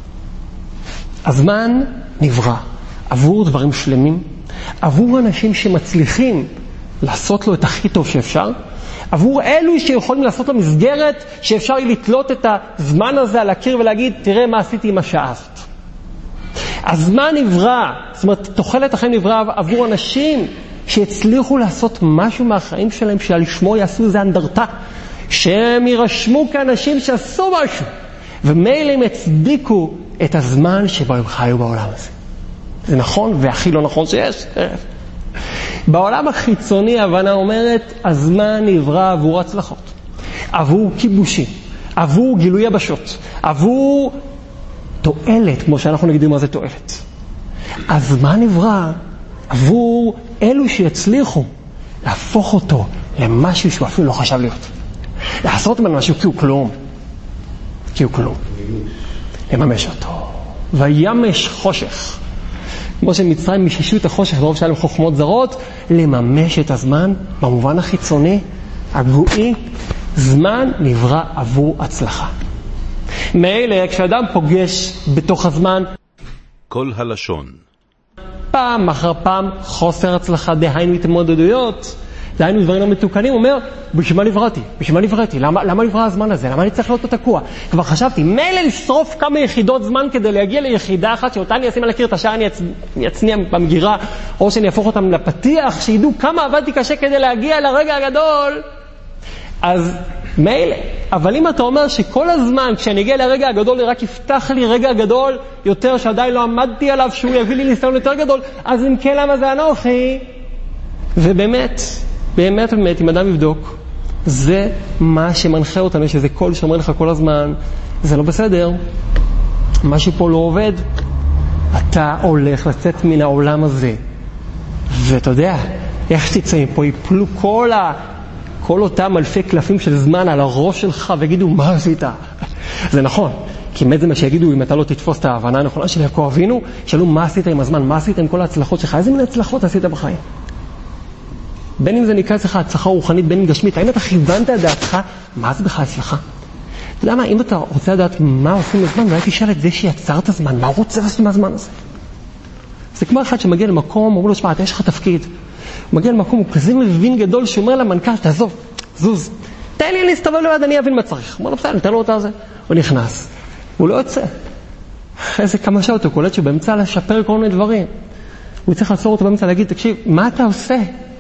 הזמן נברא עבור דברים שלמים, עבור אנשים שמצליחים לעשות לו את הכי טוב שאפשר, עבור אלו שיכולים לעשות לו מסגרת שאפשר לתלות את הזמן הזה על הקיר ולהגיד, תראה מה עשיתי עם השעה הזאת. הזמן נברא, זאת אומרת, תוחלת החיים נברא עבור אנשים שהצליחו לעשות משהו מהחיים שלהם, שעל שמו יעשו איזה אנדרטה, שהם יירשמו כאנשים שעשו משהו, ומילא הם הצדיקו את הזמן שבו הם חיו בעולם הזה. זה נכון והכי לא נכון שיש. בעולם החיצוני ההבנה אומרת, הזמן נברא עבור הצלחות, עבור כיבושים, עבור גילוי יבשות, עבור תועלת, כמו שאנחנו נגדים מה זה תועלת. הזמן נברא עבור אלו שיצליחו להפוך אותו למשהו שהוא אפילו לא חשב להיות. לעשות ממנו משהו כי הוא כלום. כי הוא כלום. לממש אותו. וימש חושך. כמו שמצרים מיששו את החושך ברוב שהיה להם חוכמות זרות, לממש את הזמן במובן החיצוני, הגואי, זמן נברא עבור הצלחה. מאלה, כשאדם פוגש בתוך הזמן, כל הלשון. פעם אחר פעם חוסר הצלחה, דהיינו התמודדויות, דהיינו דברים המתוקנים, הוא אומר, בשביל מה נבראתי? בשביל מה נבראתי? למה נברא הזמן הזה? למה אני צריך להיות תקוע? כבר חשבתי, מילא לשרוף כמה יחידות זמן כדי להגיע ליחידה אחת, שאותה אני אשים על הקיר את השעה, אני אצניע במגירה, או שאני אהפוך אותם לפתיח, שידעו כמה עבדתי קשה כדי להגיע לרגע הגדול. אז מילא, אבל אם אתה אומר שכל הזמן כשאני אגיע לרגע הגדול, רק יפתח לי רגע גדול יותר שעדיין לא עמדתי עליו, שהוא יביא לי ניסיון יותר גדול, אז אם כן, למה זה אנוכי? ובאמת, באמת, אם אדם יבדוק, זה מה שמנחה אותנו, שזה קול שאומר לך כל הזמן, זה לא בסדר, משהו פה לא עובד, אתה הולך לצאת מן העולם הזה, ואתה יודע, איך שתצא מפה, יפלו כל אותם אלפי קלפים של זמן על הראש שלך, ויגידו, מה עשית? זה נכון, כי באמת זה מה שיגידו, אם אתה לא תתפוס את ההבנה הנכונה של יעקב אבינו, שאלו, מה עשית עם הזמן? מה עשית עם כל ההצלחות שלך? איזה מיני הצלחות עשית בחיים? בין אם זה נקרא אצלך הצלחה רוחנית, בין אם גשמית, האם אתה כיוונת את דעתך, מה זה בכלל הצלחה? אתה יודע מה, אם אתה רוצה לדעת מה עושים לזמן, ואולי תשאל את זה שיצר את הזמן, מה הוא רוצה לעשות מהזמן הזה? זה כמו אחד שמגיע למקום, אומר לו, שמע, יש לך תפקיד. הוא מגיע למקום, הוא כזה מבין גדול, שאומר למנכ"ל, תעזוב, זוז, תן לי להסתובב לבד, אני אבין מה צריך. הוא אומר לו, בסדר, ניתן לו אותה הזה. הוא נכנס, הוא לא יוצא. איזה כמה שעות הוא קולט שבאמצע לשפר כל מיני דברים. הוא צריך לעצור אותו באמצע להגיד, תקשיב, מה אתה עושה?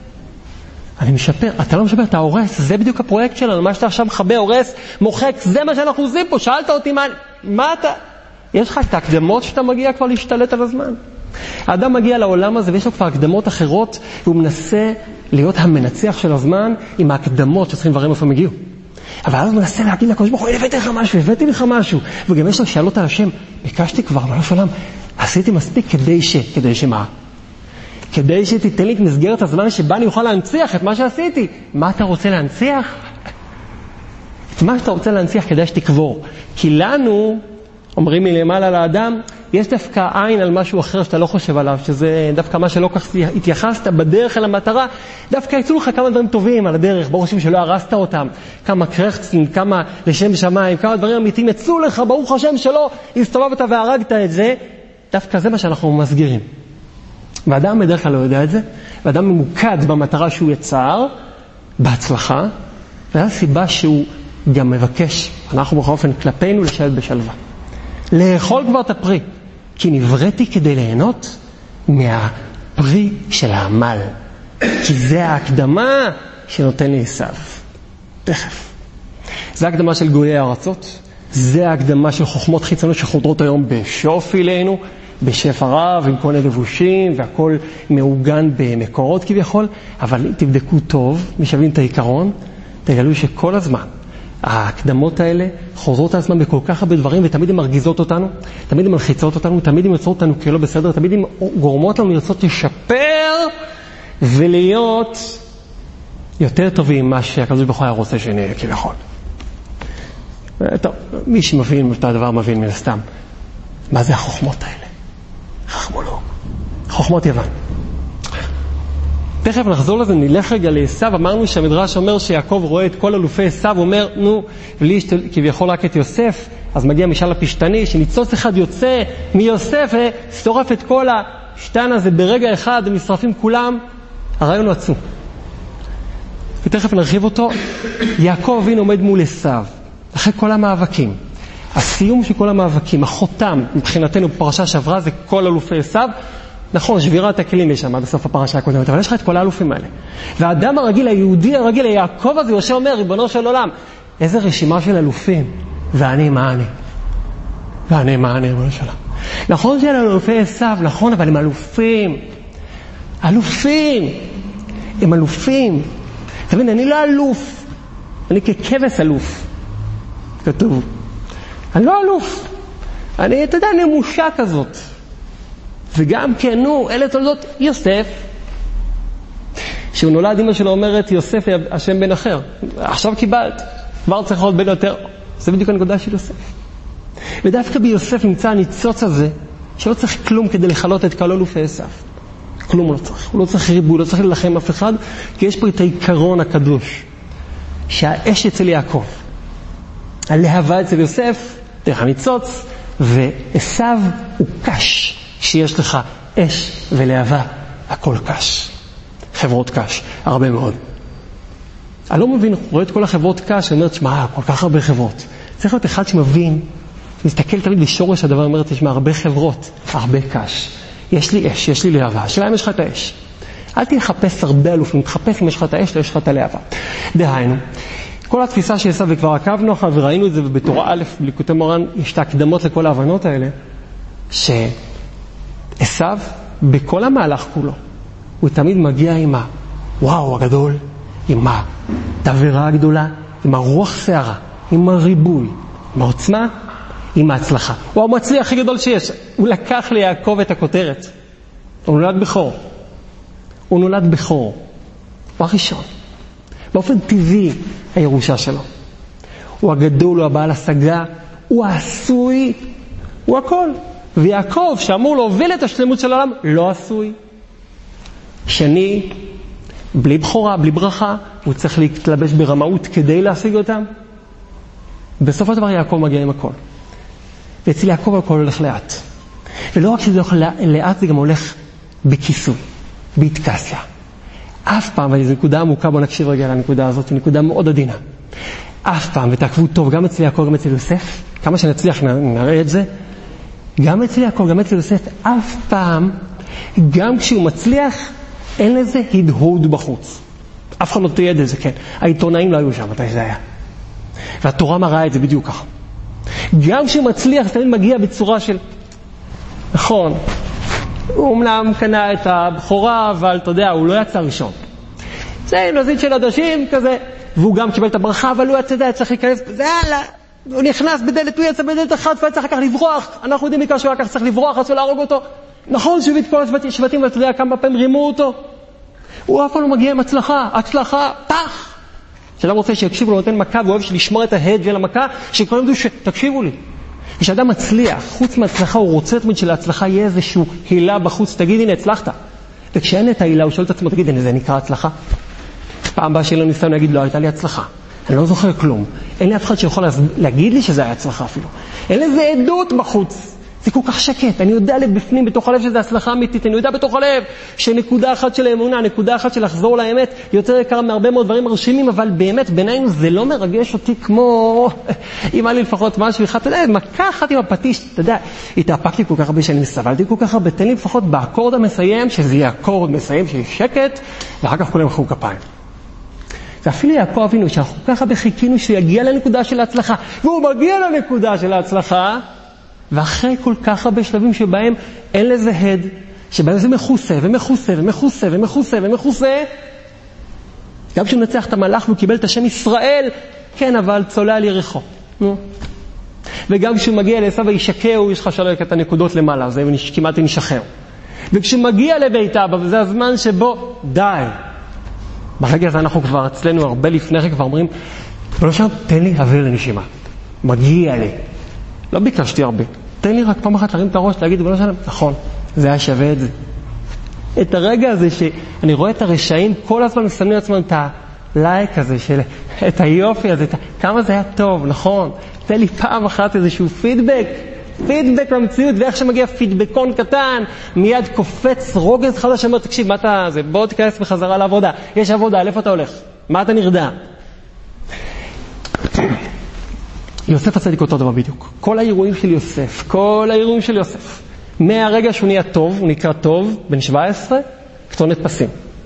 אני משפר, אתה לא משפר, אתה הורס, זה בדיוק הפרויקט שלנו, מה שאתה עכשיו מחבא, הורס, מוחק, זה מה שאנחנו עושים פה, שאלת אותי מה אתה, יש לך את ההקדמות שאתה מגיע כבר להשתלט על הזמן. האדם מגיע לעולם הזה ויש לו כבר הקדמות אחרות, והוא מנסה להיות המנצח של הזמן עם ההקדמות שצריכים לברר איפה הם הגיעו. אבל אז הוא מנסה להגיד לקדוש ברוך הוא, הבאתי לך משהו. וגם יש לו שאלות על השם, ביקשתי כבר, אבל לא שולם, עשיתי מספיק כדי שמה? כדי שתיתן לי את מסגרת הזמן שבה אני אוכל להנציח את מה שעשיתי. מה אתה רוצה להנציח? את מה שאתה רוצה להנציח כדי שתקבור. כי לנו, אומרים מלמעלה לאדם, יש דווקא עין על משהו אחר שאתה לא חושב עליו, שזה דווקא מה שלא כך התייחסת בדרך אל המטרה, דווקא יצאו לך כמה דברים טובים על הדרך, ברוך השם שלא הרסת אותם, כמה קרחצים, כמה לשם שמיים, כמה דברים אמיתיים יצאו לך, ברוך השם שלא הסתובבת והרגת את זה, דווקא זה מה שאנחנו מסגירים. ואדם בדרך כלל לא יודע את זה, ואדם ממוקד במטרה שהוא יצר, בהצלחה, וזו הסיבה שהוא גם מבקש, אנחנו בכל אופן כלפינו לשבת בשלווה. לאכול כבר את הפרי, כי נבראתי כדי ליהנות מהפרי של העמל, כי זה ההקדמה שנותן לי עשיו. תכף. זה ההקדמה של גויי הארצות, זה ההקדמה של חוכמות חיצוניות שחודרות היום בשופי אלינו, בשפע רב, עם כל הלבושים, והכל מעוגן במקורות כביכול, אבל תבדקו טוב, משווים את העיקרון, תגלו שכל הזמן, ההקדמות האלה חוזרות על עצמם בכל כך הרבה דברים, ותמיד הן מרגיזות אותנו, תמיד הן מלחיצות אותנו, תמיד הן יוצרות אותנו כאילו בסדר, תמיד הן גורמות לנו לרצות לשפר ולהיות יותר טובים מה שהקדוש ברוך הוא היה רוצה שנהיה כביכול. טוב, מי שמבין את הדבר מבין מן הסתם. מה זה החוכמות האלה? חכמולוג. חוכמות יוון. תכף נחזור לזה, נלך רגע לעשיו. אמרנו שהמדרש אומר שיעקב רואה את כל אלופי עשיו, הוא אומר, נו, לי יש כביכול רק את יוסף, אז מגיע משל הפשטני, שניצוץ אחד יוצא מיוסף ושורף את כל השטן הזה ברגע אחד, הם נשרפים כולם, הרעיון הוא עצום. ותכף נרחיב אותו. יעקב אבינו עומד מול עשיו, אחרי כל המאבקים. הסיום של כל המאבקים, החותם מבחינתנו בפרשה שעברה זה כל אלופי עשיו. נכון, שבירת הכלים יש שם בסוף הפרשה הקודמת, אבל יש לך את כל האלופים האלה. והאדם הרגיל, היהודי הרגיל, יעקב הזה יושב אומר, ריבונו של עולם, איזה רשימה של אלופים, ואני מה אני? ואני מה אני, ריבונו של עולם. נכון שאלה אלופי עשיו, נכון, אבל הם אלופים. אלופים. הם אלופים. תבין, אני לא אלוף. אני ככבש אלוף. כתוב. אני לא אלוף. אני, אתה יודע, נמושה כזאת. וגם כן, נו, אלה תולדות יוסף. שהוא נולד, אמא שלו אומרת, יוסף השם בן אחר. עכשיו קיבלת. כבר צריך להיות בן יותר. זה בדיוק הנקודה של יוסף. ודווקא ביוסף נמצא הניצוץ הזה, שלא צריך כלום כדי לחלות את כל אלופי עשיו. כלום הוא לא צריך. הוא לא צריך ריבוי, לא צריך ללחם אף אחד, כי יש פה את העיקרון הקדוש. שהאש אצל יעקב. הלהבה אצל יוסף, דרך הניצוץ, ועשיו הוא קש. שיש לך אש ולהבה, הכל קש. חברות קש, הרבה מאוד. אני לא מבין, רואה את כל החברות קש, אני אומרת, שמה, כל כך הרבה חברות. צריך להיות אחד שמבין, מסתכל תמיד בשורש הדבר, אומרת, יש הרבה חברות, הרבה קש. יש לי אש, יש לי להבה. השאלה אם יש לך את האש. אל תחפש הרבה אלופים, תחפש אם יש לך את האש, לא יש לך את הלהבה. דהיינו, כל התפיסה של עשיו, וכבר עקבנו אחר וראינו את זה, ובתורה א' בליקוטי מורן, יש את ההקדמות לכל ההבנות האלה, עשיו, בכל המהלך כולו, הוא תמיד מגיע עם הוואו הגדול, עם התברה הגדולה, עם הרוח שערה, עם הריבוי, עם העוצמה, עם ההצלחה. הוא המצליח הכי גדול שיש. הוא לקח ליעקב את הכותרת. הוא נולד בכור. הוא נולד בכור. הוא הראשון. באופן טבעי הירושה שלו. הוא הגדול, הוא הבעל השגה, הוא העשוי, הוא הכל. ויעקב, שאמור להוביל את השלמות של העולם, לא עשוי. שני, בלי בחורה, בלי ברכה, הוא צריך להתלבש ברמאות כדי להשיג אותם. בסופו של דבר יעקב מגיע עם הכל. ואצל יעקב הכל הולך לאט. ולא רק שזה הולך לאט, זה גם הולך בכיסוי, בהתקסיה. אף פעם, וזו נקודה עמוקה, בוא נקשיב רגע לנקודה הזאת, היא נקודה מאוד עדינה. אף פעם, ותעקבו טוב, גם אצל יעקב, גם אצל יוסף, כמה שנצליח נראה את זה, גם אצל יעקב, גם אצל יוסף, אף פעם, גם כשהוא מצליח, אין לזה הדהוד בחוץ. אף אחד לא תיעד את זה, כן. העיתונאים לא היו שם, מתי זה היה. והתורה מראה את זה בדיוק ככה. גם כשהוא מצליח, תמיד מגיע בצורה של, נכון, הוא אמנם קנה את הבחורה, אבל אתה יודע, הוא לא יצא ראשון. זה נזית של עדשים כזה, והוא גם קיבל את הברכה, אבל הוא היה צריך להיכנס, זה הלאה, הוא נכנס בדלת, הוא יצא בדלת אחת, והוא צריך לקח לברוח, אנחנו יודעים מכך שהוא לקח צריך לברוח, רצו להרוג אותו, נכון שהוא הביא את כל השבטים, ואתה יודע כמה פעמים רימו אותו, הוא אף פעם לא מגיע עם הצלחה, פח! שאדם רוצה שיקשיבו לו, נותן מכה, והוא אוהב לשמור את ההד של המכה, שכל ידעו תקשיבו לי. כשאדם מצליח, חוץ מהצלחה, הוא רוצה תמיד שלהצלחה יהיה איזשהו הילה בחוץ, תגיד, הנה, הצלחת. וכשאין את ההילה, הוא שואל את עצמו, תגיד, הנה, זה נקרא הצלחה? פעם הבאה שאין לו ניסיון להגיד, לא, הייתה לי הצלחה. אני לא זוכר כלום. אין לי אף אחד שיכול להגיד לי שזה היה הצלחה אפילו. אין לזה עדות בחוץ. זה כל כך שקט. אני יודע לבפנים, בתוך הלב שזה הצלחה אמיתית. אני יודע בתוך הלב שנקודה אחת של האמונה, נקודה אחת של לחזור לאמת, יותר יקר מהרבה מאוד דברים מרשימים, אבל באמת בינינו זה לא מרגש אותי כמו, אם היה לי לפחות משהו אחד, אתה יודע, מכה אחת עם הפטיש, אתה יודע, התאפקתי כל כך הרבה שנים, סבלתי כל כך הרבה, תן לי לפחות באקורד המסיים, שזה יהיה אקורד מסיים, שיהיה שקט, ואחר כך כולם מחאו כפיים. ואפילו יעקב אבינו, שאנחנו ככה בחיכינו שהוא יגיע לנקודה של ההצלחה, והוא מגיע לנקודה של ההצלחה, ואחרי כל כך הרבה שלבים שבהם אין לזה הד, שבהם זה מכוסה ומכוסה ומכוסה ומכוסה ומכוסה, גם כשהוא נצח את המלאך והוא קיבל את השם ישראל, כן, אבל צולה על יריחו. וגם כשהוא מגיע לעשו וישקהו, יש לך שלוק את הנקודות למעלה, זה כמעט נשחרר. וכשהוא מגיע לבית אבא, וזה הזמן שבו די. ברגע הזה אנחנו כבר אצלנו הרבה לפני כן כבר אומרים, לא שם, תן לי אוויר לנשימה. מגיע לי. לא ביקשתי הרבה. תן לי רק פעם אחת להרים את הראש, להגיד, בוא נשאלה, נכון, זה היה שווה את זה. את הרגע הזה שאני רואה את הרשעים, כל הזמן מסמנים לעצמם את הלייק הזה, את היופי הזה, כמה זה היה טוב, נכון. תן לי פעם אחת איזשהו פידבק למציאות, ואיך שמגיע פידבקון קטן, מיד קופץ רוגז חדש, שאומר, תקשיב, מה אתה זה? בוא תיכנס בחזרה לעבודה. יש עבודה, איפה אתה הולך? מה אתה נרדם? יוסף הצדיק אותו דבר בדיוק. כל האירועים של יוסף, מהרגע שהוא נהיה טוב, הוא נקרא טוב, בן 17, כתונת פסים.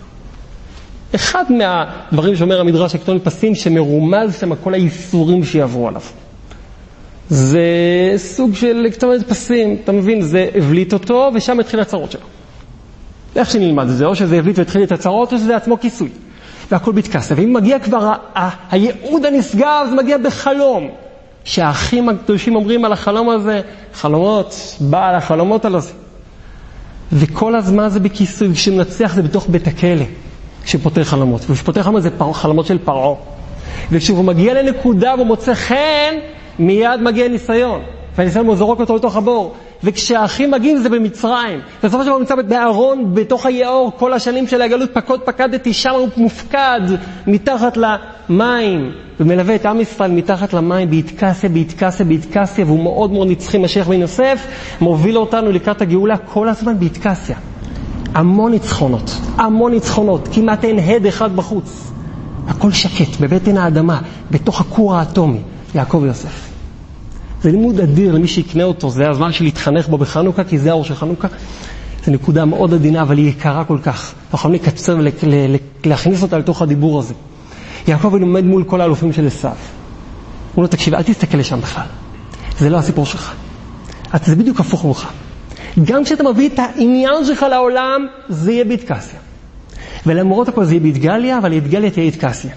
אחד מהדברים שאומר המדרש של כתונת פסים, שמרומז שם כל הייסורים שיעברו עליו. זה סוג של כתונת פסים, אתה מבין, זה הבליט אותו, ושם התחיל הצרות שלו. איך שנלמד את זה, או שזה הבליט והתחיל את הצרות, או שזה עצמו כיסוי. והכל מתכסה, ואם מגיע כבר הייעוד הנשגב, זה מגיע בחלום. שהאחים הקדושים אומרים על החלום הזה, חלומות, בעל החלומות על זה. וכל הזמן זה בכיסוי, כשמנצח זה בתוך בית הכלא, כשפותר חלומות. וכשפותר חלומות זה חלומות של פרעה. וכשהוא מגיע לנקודה והוא מוצא חן, מיד מגיע ניסיון. והניסיון הוא זורק אותו לתוך הבור. וכשהאחים מגיעים זה במצרים. בסופו של דבר הוא נמצא בארון, בתוך היאור, כל השנים של הגלות פקדתי, שם הוא מופקד מתחת למים. ומלווה את עם ישראל מתחת למים בהתקסיה, והוא מאוד מאוד נצחי משיח בן יוסף, מוביל אותנו לקראת הגאולה כל הזמן בהתקסיה. המון ניצחונות, כמעט אין הד אחד בחוץ. הכל שקט, בבטן האדמה, בתוך הכור האטומי, יעקב ויוסף. זה לימוד אדיר למי שיקנה אותו, זה הזמן של להתחנך בו בחנוכה, כי זה האור של חנוכה. זו נקודה מאוד עדינה, אבל היא יקרה כל כך. אנחנו יכולים לקצר ולהכניס אותה לתוך הדיבור הזה. יעקב עומד מול כל האלופים של עשיו. הוא לא תקשיב, אל תסתכל לשם בכלל. זה לא הסיפור שלך. זה בדיוק הפוך ממך. גם כשאתה מביא את העניין שלך לעולם, זה יהיה בהתקסיה. ולמרות הכל זה יהיה בהתגליה, אבל להתגליה תהיה התקסיה.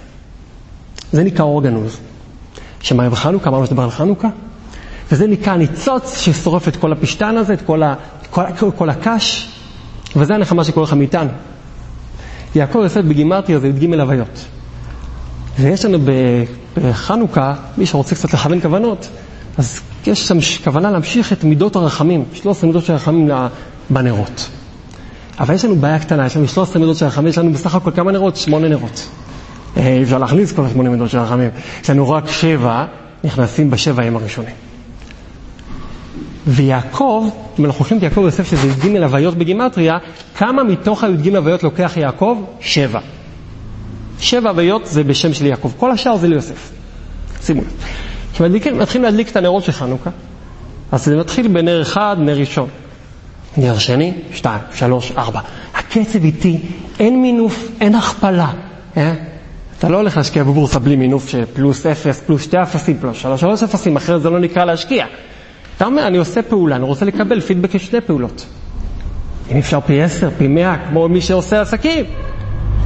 זה נקרא אור גנוז. שמיים בחנוכה, אמרנו שדבר על חנוכה. וזה נקרא ניצוץ ששורף את כל הפשטן הזה, את כל הקש. וזה הנחמה שקורה לך מאיתנו. יעקב יוסף בגימטריה זה י"ג הוויות. ויש לנו בחנוכה, מי שרוצה קצת לכוון כוונות, אז יש שם כוונה להמשיך את מידות הרחמים, 13 מידות של הרחמים בנרות. אבל יש לנו בעיה קטנה, יש לנו 13 מידות של הרחמים, יש לנו בסך הכל כמה נרות? 8 נרות. אפשר להכניס כל 8 מידות של הרחמים. יש לנו רק 7, נכנסים ב7 ימים הראשונים. ויעקב, אם אנחנו חושבים את יעקב יוסף שזה י"ג הוויות בגימטריה, כמה מתוך הי"ג הוויות לוקח יעקב? 7. 7 הוויות זה בשם של יעקב, כל השאר זה ליוסף. שימו לב. כשמתחילים להדליק את הנרות של חנוכה, אז זה מתחיל בנר אחד, נר ראשון. נר שני, 2, 3, 4. הקצב איתי, אין מינוף, אין הכפלה. אתה לא הולך להשקיע בבורסה בלי מינוף של פלוס 0, פלוס 2 אפסים, פלוס 3 אפסים, אחרת זה לא נקרא להשקיע. אתה אומר, אני עושה פעולה, אני רוצה לקבל פידבק של 2 פעולות. אם אפשר פי 10, פי 100, כמו מי שעושה עסקים.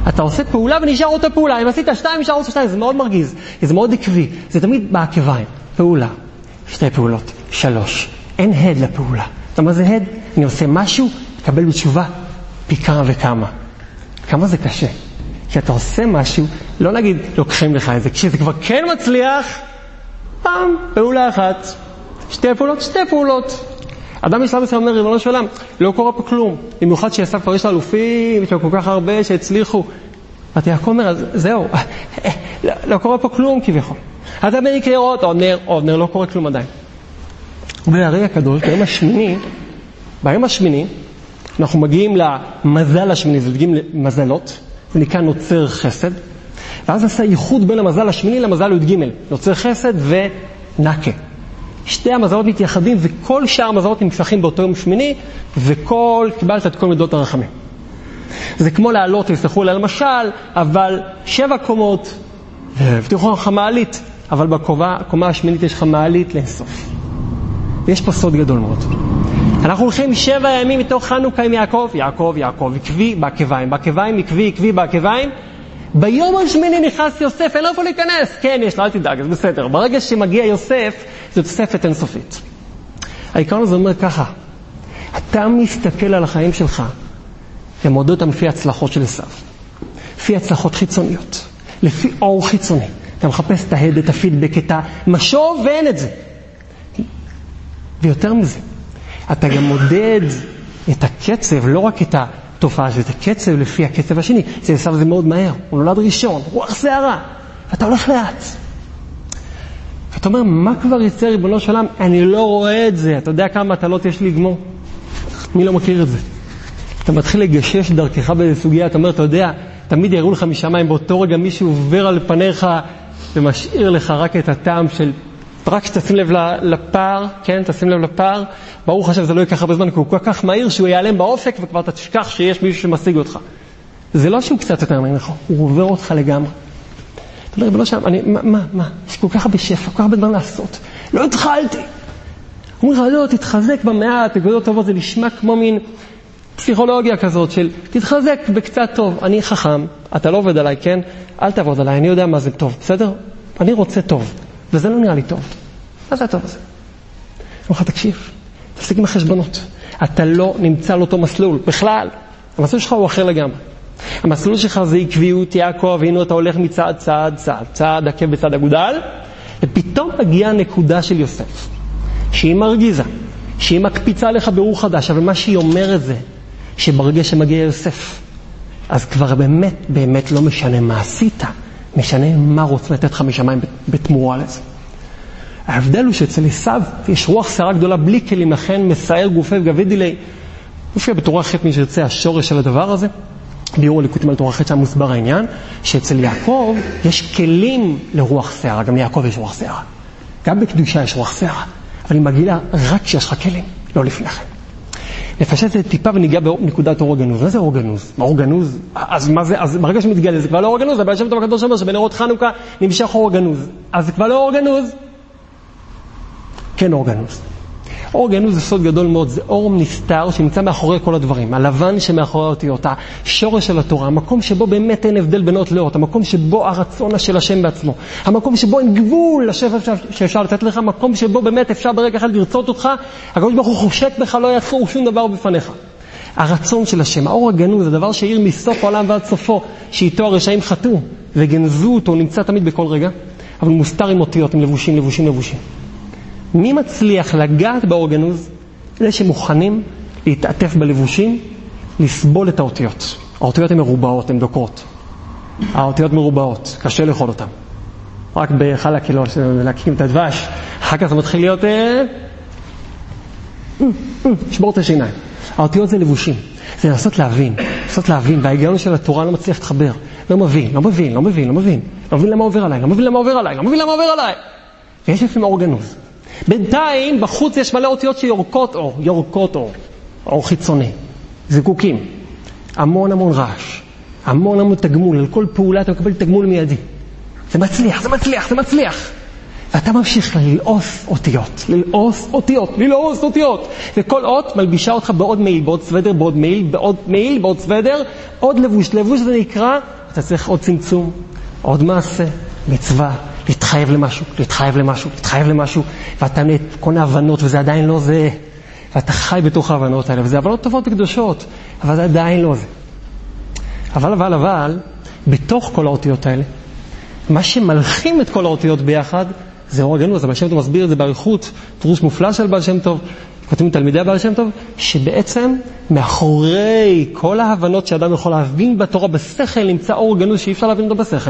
אתה עושה פעולה ונשאר אותה פעולה. אם עשית 2, נשאר אותה 2, זה מאוד מרגיז. זה מאוד עקבי. זה תמיד בעקביים. פעולה. 2 פעולות. 3. אין הד לפעולה. אתה אומר זה הד? אני עושה משהו, תקבל בתשובה פי כמה וכמה. כמה זה קשה. כי אתה עושה משהו, לא נגיד לוקחים לך את זה. כשזה כבר כן מצליח, פעם, פעולה אחת. 2 פעולות, 2 פעולות. אדם בשלב מסוים אומר, ריבונו של עולם, לא קורה פה כלום. במיוחד שיעשה כבר יש לאלופים, יש לו כל כך הרבה שהצליחו. ואתה יעקב אומר, זהו, לא קורה פה כלום כביכול. אתה במקרה עוד נר, לא קורה כלום עדיין. והרי הקדוש, ביום השמיני, אנחנו מגיעים למזל השמיני, זה מגיעים למזלות, זה נקרא נוצר חסד, ואז נעשה ייחוד בין המזל השמיני למזל י"ג, נוצר חסד ונקה. 2 המזלות מתייחדים, וכל שאר המזלות נמשכים באותו יום שמיני, קיבלת את כל מידות הרחמים. זה כמו לעלות, תסלחו לי על המשל, אבל 7 קומות, ותראו לך מעלית, אבל בקומה השמינית יש לך מעלית לאינסוף. ויש פה סוד גדול מאוד. אנחנו הולכים 7 ימים מתוך חנוכה עם יעקב, עקבי בעקביים, עקבי בעקביים. ביום השמיני נכנס יוסף, אין לו איפה להיכנס. כן, יש לו, אל תדאג, זה בסדר. ברגע שמגיע יוסף, זו תוספת אינסופית. העיקרון הזה אומר ככה, אתה מסתכל על החיים שלך, ומודד אותם לפי הצלחות של עשיו. לפי הצלחות חיצוניות. לפי אור חיצוני. אתה מחפש את ההד, את הפידבק, את המשוב, ואין את זה. ויותר מזה, אתה גם מודד את הקצב, לא רק את התופעה של את הקצב לפי הקצב השני. זה עשיו זה מאוד מהר. הוא נולד ראשון, רוח שערה. ואתה הולך לאט. ואתה אומר, מה כבר יצא ריבונו של עולם? אני לא רואה את זה. אתה יודע כמה מטלות יש לי לגמור? מי לא מכיר את זה? אתה מתחיל לגשש דרכך בסוגיה, אתה אומר, אתה יודע, תמיד יראו לך משמיים, באותו רגע מישהו עובר על פניך ומשאיר לך רק את הטעם של, רק שתשים לב לפער, כן, תשים לב לפער, ברור חשב זה לא ייקח הרבה זמן, כי הוא כל כך מהיר שהוא ייעלם באופק וכבר אתה תשכח שיש מישהו שמשיג אותך. זה לא שהוא קצת יותר ממך, הוא עובר אותך לגמרי. אתה אומר, לא שם, מה? יש כל כך הרבה שפע, כל כך הרבה דברים לעשות. לא התחלתי. הוא אומר, לא, תתחזק במעט, נקודות טובות, זה נשמע כמו מין פסיכולוגיה כזאת של תתחזק בקצת טוב, אני חכם, אתה לא עובד עליי, כן? אל תעבוד עליי, אני יודע מה זה טוב, בסדר? אני רוצה טוב, וזה לא נראה לי טוב. מה זה הטוב הזה? אני אומר לך, תקשיב, תפסיק עם החשבונות. אתה לא נמצא על אותו מסלול, בכלל. המסלול שלך הוא אחר לגמרי. המסלול שלך זה עקביות, יעקב, הנה אתה הולך מצעד, צעד עקב בצד אגודל, ופתאום מגיעה הנקודה של יוסף, שהיא מרגיזה, שהיא מקפיצה לך ברור חדש, אבל מה שהיא אומרת זה, שברגע שמגיע יוסף, אז כבר באמת לא משנה מה עשית, משנה מה רוצה לתת לך משמיים בתמורה לזה. ההבדל הוא שאצל עשיו יש רוח שערה גדולה בלי כלים, לכן מסער גופי וגבי דילי. מופיע בתורה ח' מי שירצה השורש של הדבר הזה, ביאור הליקוטים על תורה ח' שם מוסבר העניין, שאצל יעקב יש כלים לרוח שערה, גם ליעקב יש רוח שערה. גם בקדושה יש רוח שערה, אבל היא מגיעה רק כשיש לך כלים, לא לפני כן. נפשט את זה טיפה וניגע בנקודת אור הגנוז. מה זה אור גנוז? מה אור גנוז? אז מה זה? אז ברגע שמתגלה זה כבר לא אור גנוז, אבל שם טוב הקדוש אומר שבנרות חנוכה נמשך אור גנוז. אז זה כבר לא אור גנוז. כן אור גנוז. אור גנוז זה סוד גדול מאוד, זה אור נסתר שנמצא מאחורי כל הדברים, הלבן שמאחורי אותיות, השורש של התורה, המקום שבו באמת אין הבדל בין אות לאות, המקום שבו הרצון של השם בעצמו, המקום שבו אין גבול לשפע שאפשר לתת לך, המקום שבו באמת אפשר ברגע אחד לרצות אותך, הקדוש ברוך הוא חושק בך, לא יעצור שום דבר בפניך. הרצון של השם, האור הגנוז, זה דבר שהעיר מסוף העולם ועד סופו, שאיתו הרשעים חטאו וגנזו אותו, נמצא תמיד בכל רגע, אבל הוא מוסתר עם אותיות, עם לבושים. מי מצליח לגעת באור גנוז? אלה שמוכנים להתעטף בלבושים, לסבול את האותיות. האותיות הן מרובעות, הן דוקרות. האותיות מרובעות, קשה לאכול אותן. רק בחלה קילו, להקים את הדבש, אחר כך זה מתחיל להיות... שבור את השיניים. האותיות זה לבושים. זה לנסות להבין, וההיגיון של התורה לא מצליח להתחבר. לא מבין למה עובר עליי. ויש לפעמים אור גנוז. בינתיים, בחוץ יש מלא אותיות שיורקות אור, אור חיצוני, זיקוקים, המון רעש, המון תגמול, על כל פעולה אתה מקבל תגמול מיידי. זה מצליח. ואתה ממשיך ללעוס אותיות, ללעוס אותיות. וכל אות מלבישה אותך בעוד מעיל, בעוד סוודר, בעוד מעיל, בעוד מעיל, בעוד סוודר, עוד לבוש. לבוש זה נקרא, אתה צריך עוד צמצום, עוד מעשה, מצווה, להתחייב למשהו, ואתה קונה הבנות וזה עדיין לא זה. ואתה חי בתוך ההבנות האלה, וזה הבנות טובות וקדושות, אבל זה עדיין לא זה. אבל, בתוך כל האותיות האלה, מה שמלחים את כל האותיות ביחד, זה אור הגנוז. הבעל שם טוב מסביר את זה בעריכות, פירוש מופלא של בעל שם טוב, כותבים תלמידי הבעל שם טוב, שבעצם מאחורי כל ההבנות שאדם יכול להבין בתורה בשכל, נמצא אור הגנוז שאי אפשר להבין אותו בשכל.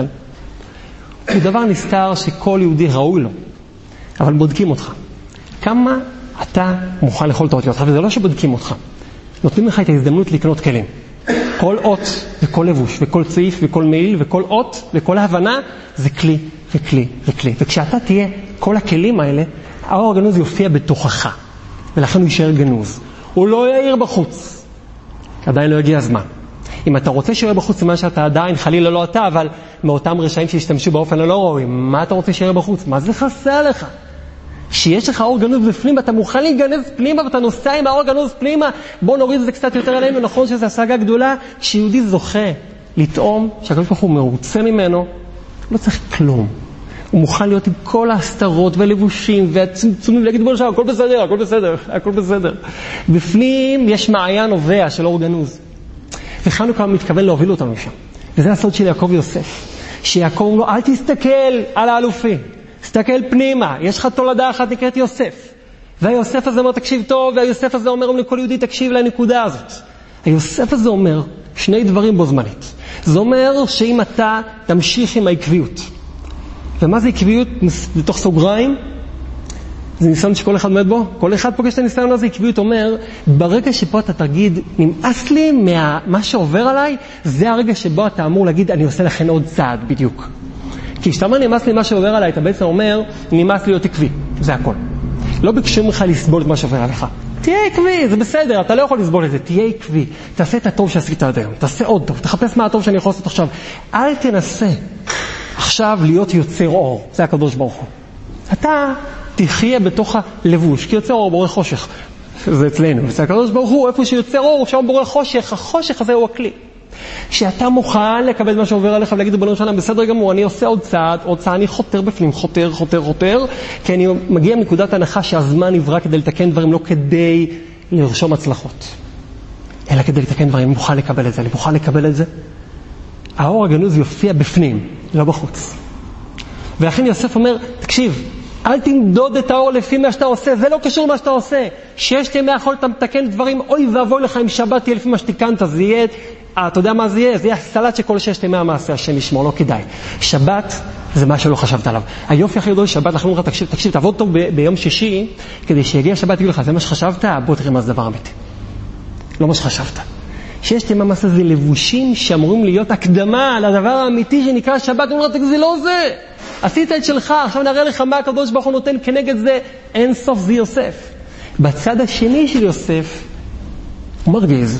הוא דבר נסתר שכל יהודי ראוי לו, אבל בודקים אותך. כמה אתה מוכן לאכול את האותיות, וזה לא שבודקים אותך. נותנים לך את ההזדמנות לקנות כלים. כל אות וכל לבוש וכל צעיף וכל מעיל וכל אות וכל ההבנה זה כלי וכלי וכלי. וכשאתה תהיה כל הכלים האלה, האור הגנוז יופיע בתוכך. ולכן הוא יישאר גנוז. הוא לא יאיר בחוץ. עדיין לא יגיע הזמן. אם אתה רוצה שיהיה בחוץ, סימן שאתה עדיין, חלילה לא אתה, אבל מאותם רשעים שהשתמשו באופן הלא ראוי, מה אתה רוצה שיהיה בחוץ? מה זה חסר לך? שיש לך אור גנוז בפנים, אתה מוכן להיגנז פנימה, ואתה נוסע עם האור גנוז פנימה, בוא נוריד את זה קצת יותר עלינו. נכון שזו השגה גדולה, כשיהודי זוכה לטעום, שהקדוש ברוך הוא מרוצה ממנו, לא צריך כלום. הוא מוכן להיות עם כל ההסתרות והלבושים והצמצומים, ולהגיד בוא נשאר, הכל בסדר. בפנים יש מעיין נובע של אור גנוז. וחנוכה מתכוון להוביל אותנו משם. וזה הסוד של יעקב יוסף. שיעקב אומר לו, אל תסתכל על האלופים. תסתכל פנימה, יש לך תולדה אחת נקראת יוסף. והיוסף הזה אומר תקשיב טוב, והיוסף הזה אומר לכל יהודי תקשיב לנקודה הזאת. היוסף הזה אומר שני דברים בו זמנית. זה אומר שאם אתה תמשיך עם העקביות. ומה זה עקביות? בתוך סוגריים, זה ניסיון שכל אחד עומד בו, כל אחד פוגש את הניסיון הזה. עקביות אומר, ברגע שפה אתה תגיד, נמאס לי מה שעובר עליי, זה הרגע שבו אתה אמור להגיד, אני עושה לכם עוד צעד בדיוק. כי כשאתה אומר נמאס לי מה שעובר עליי, אתה בעצם אומר, נמאס להיות עקבי. זה הכל. לא ביקשו ממך לסבול את מה שעובר עליך. תהיה עקבי, זה בסדר, אתה לא יכול לסבול את זה. תהיה עקבי. תעשה את הטוב שעשית עד היום. תעשה עוד טוב. תחפש מה הטוב שאני יכול לעשות עכשיו. אל תנסה עכשיו להיות יוצר אור. זה הקדוש ברוך הוא. אתה תחיה בתוך הלבוש, כי יוצר אור בורא חושך. זה אצלנו. זה הקדוש ברוך הוא, איפה שיוצר אור, שם בורא חושך. החושך הזה הוא הכלי. שאתה מוכן לקבל מה שעובר עליך ולהגיד בנו שלם, בסדר גמור, אני עושה עוד צעד, אני חותר בפנים, חותר, כי אני מגיע מנקודת הנחה שהזמן נברא כדי לתקן דברים, לא כדי לרשום הצלחות, אלא כדי לתקן דברים. אני מוכן לקבל את זה, האור הגנוז יופיע בפנים, לא בחוץ. ולכן יוסף אומר, תקשיב, אל תמדוד את האור לפי מה שאתה עושה, זה לא קשור מה שאתה עושה. 6 ימי החול אתה מתקן דברים, אוי ואבוי לך אם שבת תהיה לפי מה שתיקנת, זה יהיה, אתה יודע מה זה יהיה? זה יהיה סלט שכל 6 ימי המעשה, השם ישמור, לא כדאי. שבת זה מה שלא חשבת עליו. היופי הכי גדול שבת, אנחנו אומרים לך, תקשיב, תעבוד טוב ביום שישי, כדי שיגיע שבת יגיד לך, זה מה שחשבת? בוא תראה מה זה דבר אמיתי. לא מה שחשבת. 6 ימי המעשה זה לבושים שאמורים להיות הקדמה לדבר האמיתי שנקרא שבת. הוא אומר, זה לא זה. עשית את שלך, עכשיו נראה לך מה הקדוש ברוך הוא נותן כנגד זה. אין סוף, זה יוסף. בצד השני של יוסף, הוא מרגיז.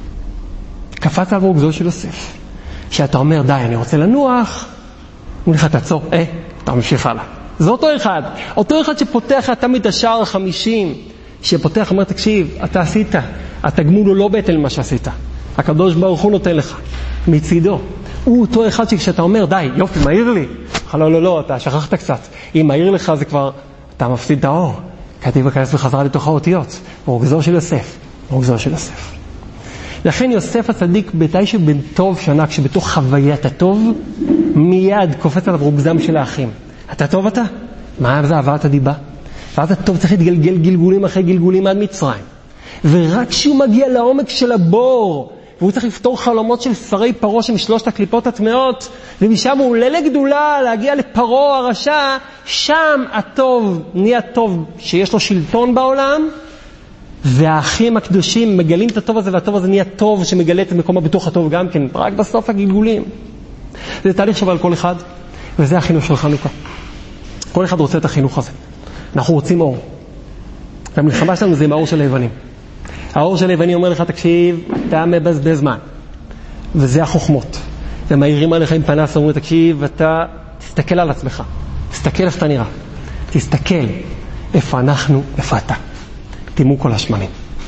קפץ על רוגזו של יוסף. שאתה אומר, די, אני רוצה לנוח. הוא לך, תעצור, אתה ממשיך הלאה. זה אותו אחד שפותח תמיד השער 50, שפותח, אומר, תקשיב, אתה עשית. התגמול הוא לא בהתאם למה שעשית. הקדוש ברוך הוא נותן לך. מצידו. הוא אותו אחד שכשאתה אומר, די, יופי, מהיר לי. לא, אתה שכחת קצת. אם מהיר לך זה כבר, אתה מפסיד את האור. כתיב וכנס בחזרה לתוך האותיות. רוגזו של יוסף. לכן יוסף הצדיק בתישהו בן טוב שנה, כשבתוך חוויית הטוב, מיד קופץ עליו רוגזם של האחים. אתה טוב אתה? מה זה עברת דיבה? ואז הטוב צריך להתגלגל גלגולים אחרי גלגולים עד מצרים. ורק כשהוא מגיע לעומק של הבור, והוא צריך לפתור חלומות של שרי פרו עם 3 הקליפות הטמאות, ומשם הוא עולה לגדולה, להגיע לפרו הרשע, שם הטוב נהיה טוב שיש לו שלטון בעולם, והאחים הקדושים מגלים את הטוב הזה, והטוב הזה נהיה טוב שמגלה את מקומו בתוך הטוב גם כן, רק בסוף הגלגולים. זה תהליך שווה על כל אחד, וזה החינוך של חנוכה. כל אחד רוצה את החינוך הזה. אנחנו רוצים אור. והמלחמה שלנו זה עם האור של היוונים. האור של היוונים אומר לך, תקשיב, אתה מבזבז זמן. וזה החוכמות. ומאירים עליך עם פנס, אומרים, תקשיב, אתה תסתכל על עצמך. תסתכל איך אתה נראה. תסתכל איפה אנחנו, איפה אתה. תימו כל השמנים.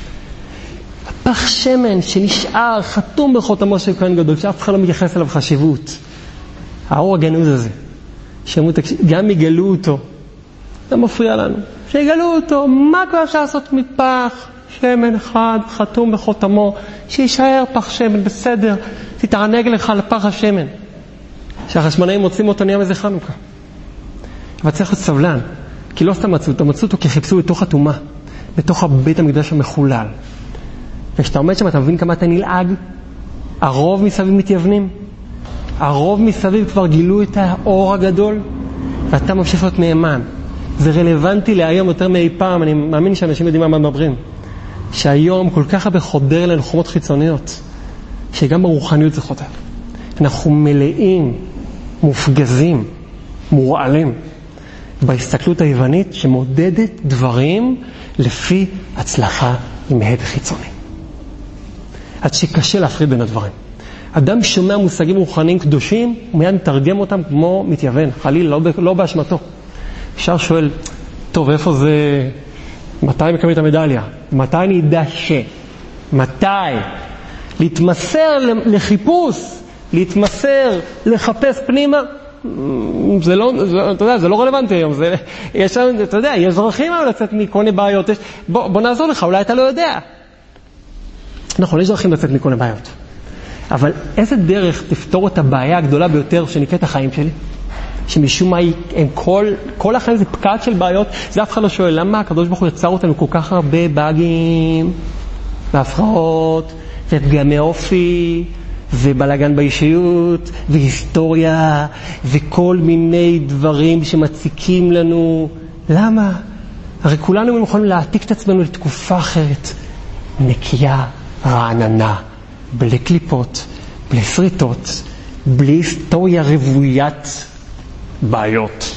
הפח שמן שנשאר חתום בחותמו של כהן גדול, שאף אחד לא מתייחס אליו חשיבות. האור הגנוז הזה, גם יגלו אותו, זה מפריע לנו. שיגלו אותו, מה כבר אפשר לעשות מפח שמן אחד חתום בחותמו, שישאר פח שמן, בסדר, תתענג לך על פח השמן. שהחשמנאים מוצאים אותו נהיה מזה חנוכה. אבל צריך להיות סבלן, כי לא סתם מצאו אותו כי חיפשו בתוך התומה, בתוך בית המקדש המחולל. וכשאתה עומד שם אתה מבין כמה אתה נלעג, הרוב מסביב מתייוונים, הרוב מסביב כבר גילו את האור הגדול, ואתה ממשיך להיות נאמן. זה רלוונטי להיום יותר מאי פעם, אני מאמין שאנשים יודעים מה מדברים. שהיום כל כך הרבה חודר ללוחמות חיצוניות, שגם ברוחניות זה חודר. אנחנו מלאים, מופגזים, מורעלים, בהסתכלות היוונית שמודדת דברים לפי הצלחה עם הד חיצוני. עד שקשה להפריד בין הדברים. אדם שומע מושגים רוחניים קדושים, הוא מיד מתרגם אותם כמו מתייוון, חליל, לא באשמתו. אפשר שואל, טוב, איפה זה, מתי מקבל את המדליה? מתי אני ידע מתי? להתמסר לחיפוש, להתמסר, לחפש פנימה, זה לא, אתה יודע, זה לא רלוונטי היום, יש, אתה יודע, יש דרכים היום לצאת מכל מיני בעיות, בוא נעזור לך, אולי אתה לא יודע. נכון, יש דרכים לצאת מכל מיני בעיות. אבל איזה דרך תפתור את הבעיה הגדולה ביותר שנקראת החיים שלי? שמשום מה הם כל החיים זה פקד של בעיות, זה אף אחד לא שואל, למה הקדוש ברוך הוא יצר אותנו כל כך הרבה באגים, והפרעות, ופגמי אופי, ובלגן באישיות, והיסטוריה, וכל מיני דברים שמציקים לנו. למה? הרי כולנו יכולים להעתיק את עצמנו לתקופה אחרת, נקייה, רעננה, בלי קליפות, בלי שריטות, בלי היסטוריה רוויית בעיות.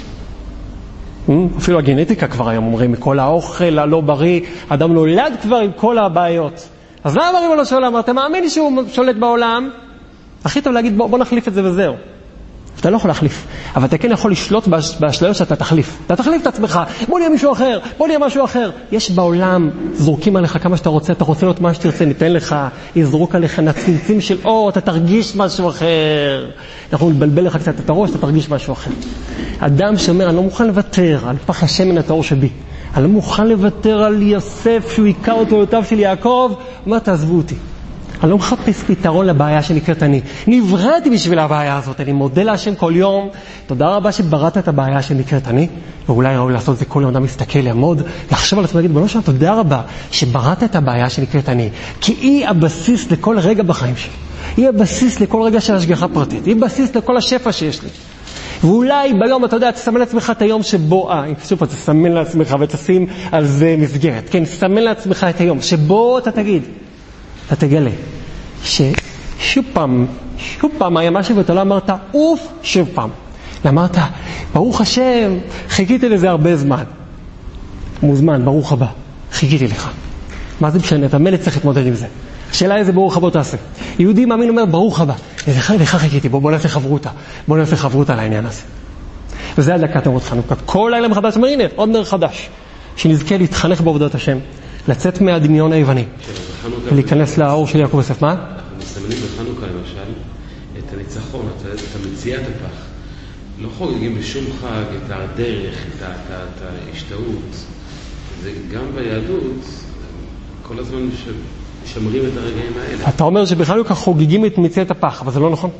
אפילו הגנטיקה כבר היום אומרים, מכל האוכל הלא בריא, אדם נולד כבר עם כל הבעיות. אז למה אומרים לו שעולם? אתה מאמין שהוא שולט בעולם? הכי טוב להגיד בוא נחליף את זה וזהו. אתה לא יכול להחליף, אבל אתה כן יכול לשלוט באשליות שאתה תחליף. אתה תחליף את עצמך, בוא נהיה מישהו אחר, בוא נהיה משהו אחר. יש בעולם, זורקים עליך כמה שאתה רוצה, אתה רוצה להיות מה שתרצה, ניתן לך, יזרוק עליך נצנצים של אתה תרגיש משהו אחר. אנחנו נבלבל לך קצת את הראש, אתה תרגיש משהו אחר. אדם שאומר, אני לא מוכן לוותר על פח השמן הטהור שבי. אני לא מוכן לוותר על יוסף שהוא עיקר אותו לתיו של יעקב, אומר, תעזבו אותי. אני לא מחפש פתרון לבעיה שנקראת אני. נבראתי בשביל הבעיה הזאת. אני מודה להשם כל יום. תודה רבה שבראת את הבעיה שנקראת אני. ואולי ראוי לעשות את זה כל יום. אדם מסתכל, לעמוד, לחשוב על עצמו, להגיד, בנו שם, תודה רבה שבראת את הבעיה שנקראת אני. כי היא הבסיס לכל רגע בחיים שלי. היא הבסיס לכל רגע של השגחה פרטית. היא הבסיס לכל השפע שיש לי. ואולי ביום, אתה יודע, תסמן לעצמך את היום שבו, שוב, תסמן לעצמך ותשים על זה מסגרת. כן, תסמן לעצמך את היום שבו אתה תגיד, אתה תגלה ששוב פעם היה משהו ואתה לא אמרת אוף שוב פעם. אמרת, ברוך השם, חיכיתי לזה הרבה זמן. מוזמן, ברוך הבא, חיכיתי לך. מה זה משנה? אתה מלא צריך להתמודד עם זה. השאלה איזה ברוך הבא תעשה. יהודי מאמין אומר, ברוך הבא, לך חיכיתי, בוא נעשה חברותה. בוא נעשה חברותה לעניין הזה. וזה הדלקת נרות חנוכה. כל לילה מחדש, אומר, הנה, עוד נר חדש. שנזכה להתחנך בעבודת השם. לצאת מהדמיון היווני. ולהיכנס לאור של יעקב יוסף. מה? אנחנו מסמנים בחנוכה למשל את הניצחון, את המציאת הפח. לא חוגגים בשום חג את הדרך, את ההשתאות. זה גם ביהדות, כל הזמן משמרים את הרגעים האלה. אתה אומר שבחנוכה חוגגים את מציאת הפח, אבל זה לא נכון.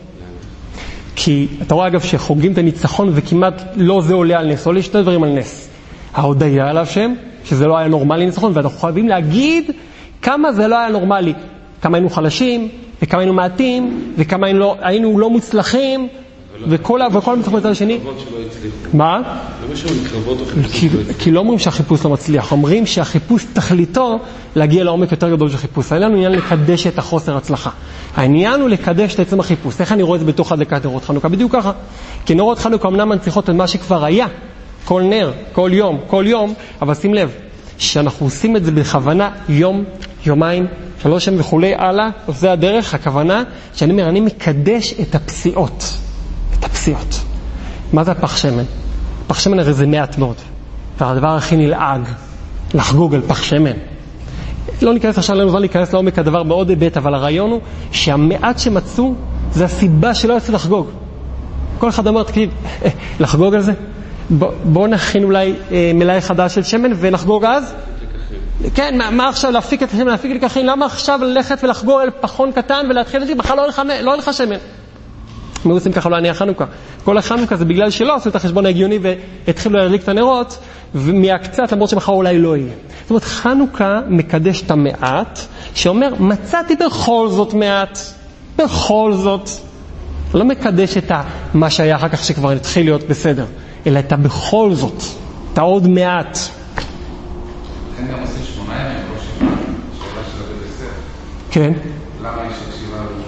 כי אתה רואה אגב שחוגגים את הניצחון וכמעט לא זה עולה על נס, עולה שני דברים על נס. ההודעה עליו שם, שזה לא היה נורמלי ניצחון, ואנחנו חייבים להגיד כמה זה לא היה נורמלי. כמה היינו חלשים, וכמה היינו מעטים, וכמה היינו לא מוצלחים, וכל המצחון מצד השני. מה? למה שאומרים קרבות או חיפוש? כי לא אומרים שהחיפוש לא מצליח, אומרים שהחיפוש תכליתו להגיע לעומק יותר גדול של חיפוש. אין לנו עניין לקדש את החוסר הצלחה. העניין הוא לקדש את עצם החיפוש. איך אני רואה את זה בתוך הדלקת נרות חנוכה? בדיוק ככה. כי נרות חנוכה אמנם מנציחות את מה שכבר היה, כל נר, כל יום, אבל שים לב, שאנחנו עושים את זה בכוונה יום, יומיים, 3 ימים וכולי, הלאה, זה הדרך, הכוונה, שאני אומר, אני מקדש את הפסיעות. את הפסיעות. מה זה הפח שמן? פח שמן הרי זה מעט מאוד. והדבר הכי נלעג, לחגוג על פח שמן. לא ניכנס עכשיו, לא ניכנס לעומק הדבר מאוד היבט, אבל הרעיון הוא שהמעט שמצאו זה הסיבה שלא יצאו לחגוג. כל אחד אומר, תקשיב, לחגוג על זה? בואו נכין אולי מלאי חדש של שמן ונחגוג אז? כן, מה עכשיו להפיק את השמן, להפיק לקחים? למה עכשיו ללכת ולחגוג על פחון קטן ולהתחיל את זה? בכלל לא הולך שמן. מי עושים ככה לא עניין חנוכה? כל החנוכה זה בגלל שלא עשו את החשבון ההגיוני והתחילו להדליק את הנרות ומהקצת למרות שמחר אולי לא יהיה. זאת אומרת, חנוכה מקדש את המעט שאומר, מצאתי בכל זאת מעט, בכל זאת. לא מקדש את מה שהיה אחר כך שכבר התחיל להיות בסדר, אלא את בכל זאת, את העוד מעט. לכן גם עושים 8 ימים, לא 7, שאלה של הבית הספר. כן. למה יש 7 ולא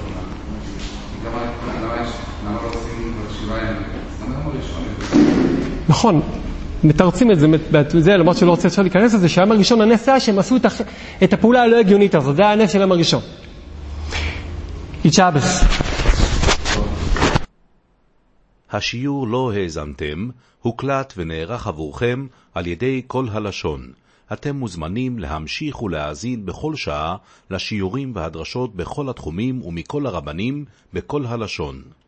8? למה לא עושים 7 ימים? למה לא ראשון? נכון, מתרצים את זה, למרות שלא רוצה עכשיו להיכנס לזה, שהיום הראשון הנס היה שהם עשו את הפעולה הלא הגיונית הזאת, זה היה הנס של היום הראשון. יצ'אבס. השיעור לא האזנתם, הוקלט ונערך עבורכם על ידי כל הלשון. אתם מוזמנים להמשיך ולהאזין בכל שעה לשיעורים והדרשות בכל התחומים ומכל הרבנים בכל הלשון.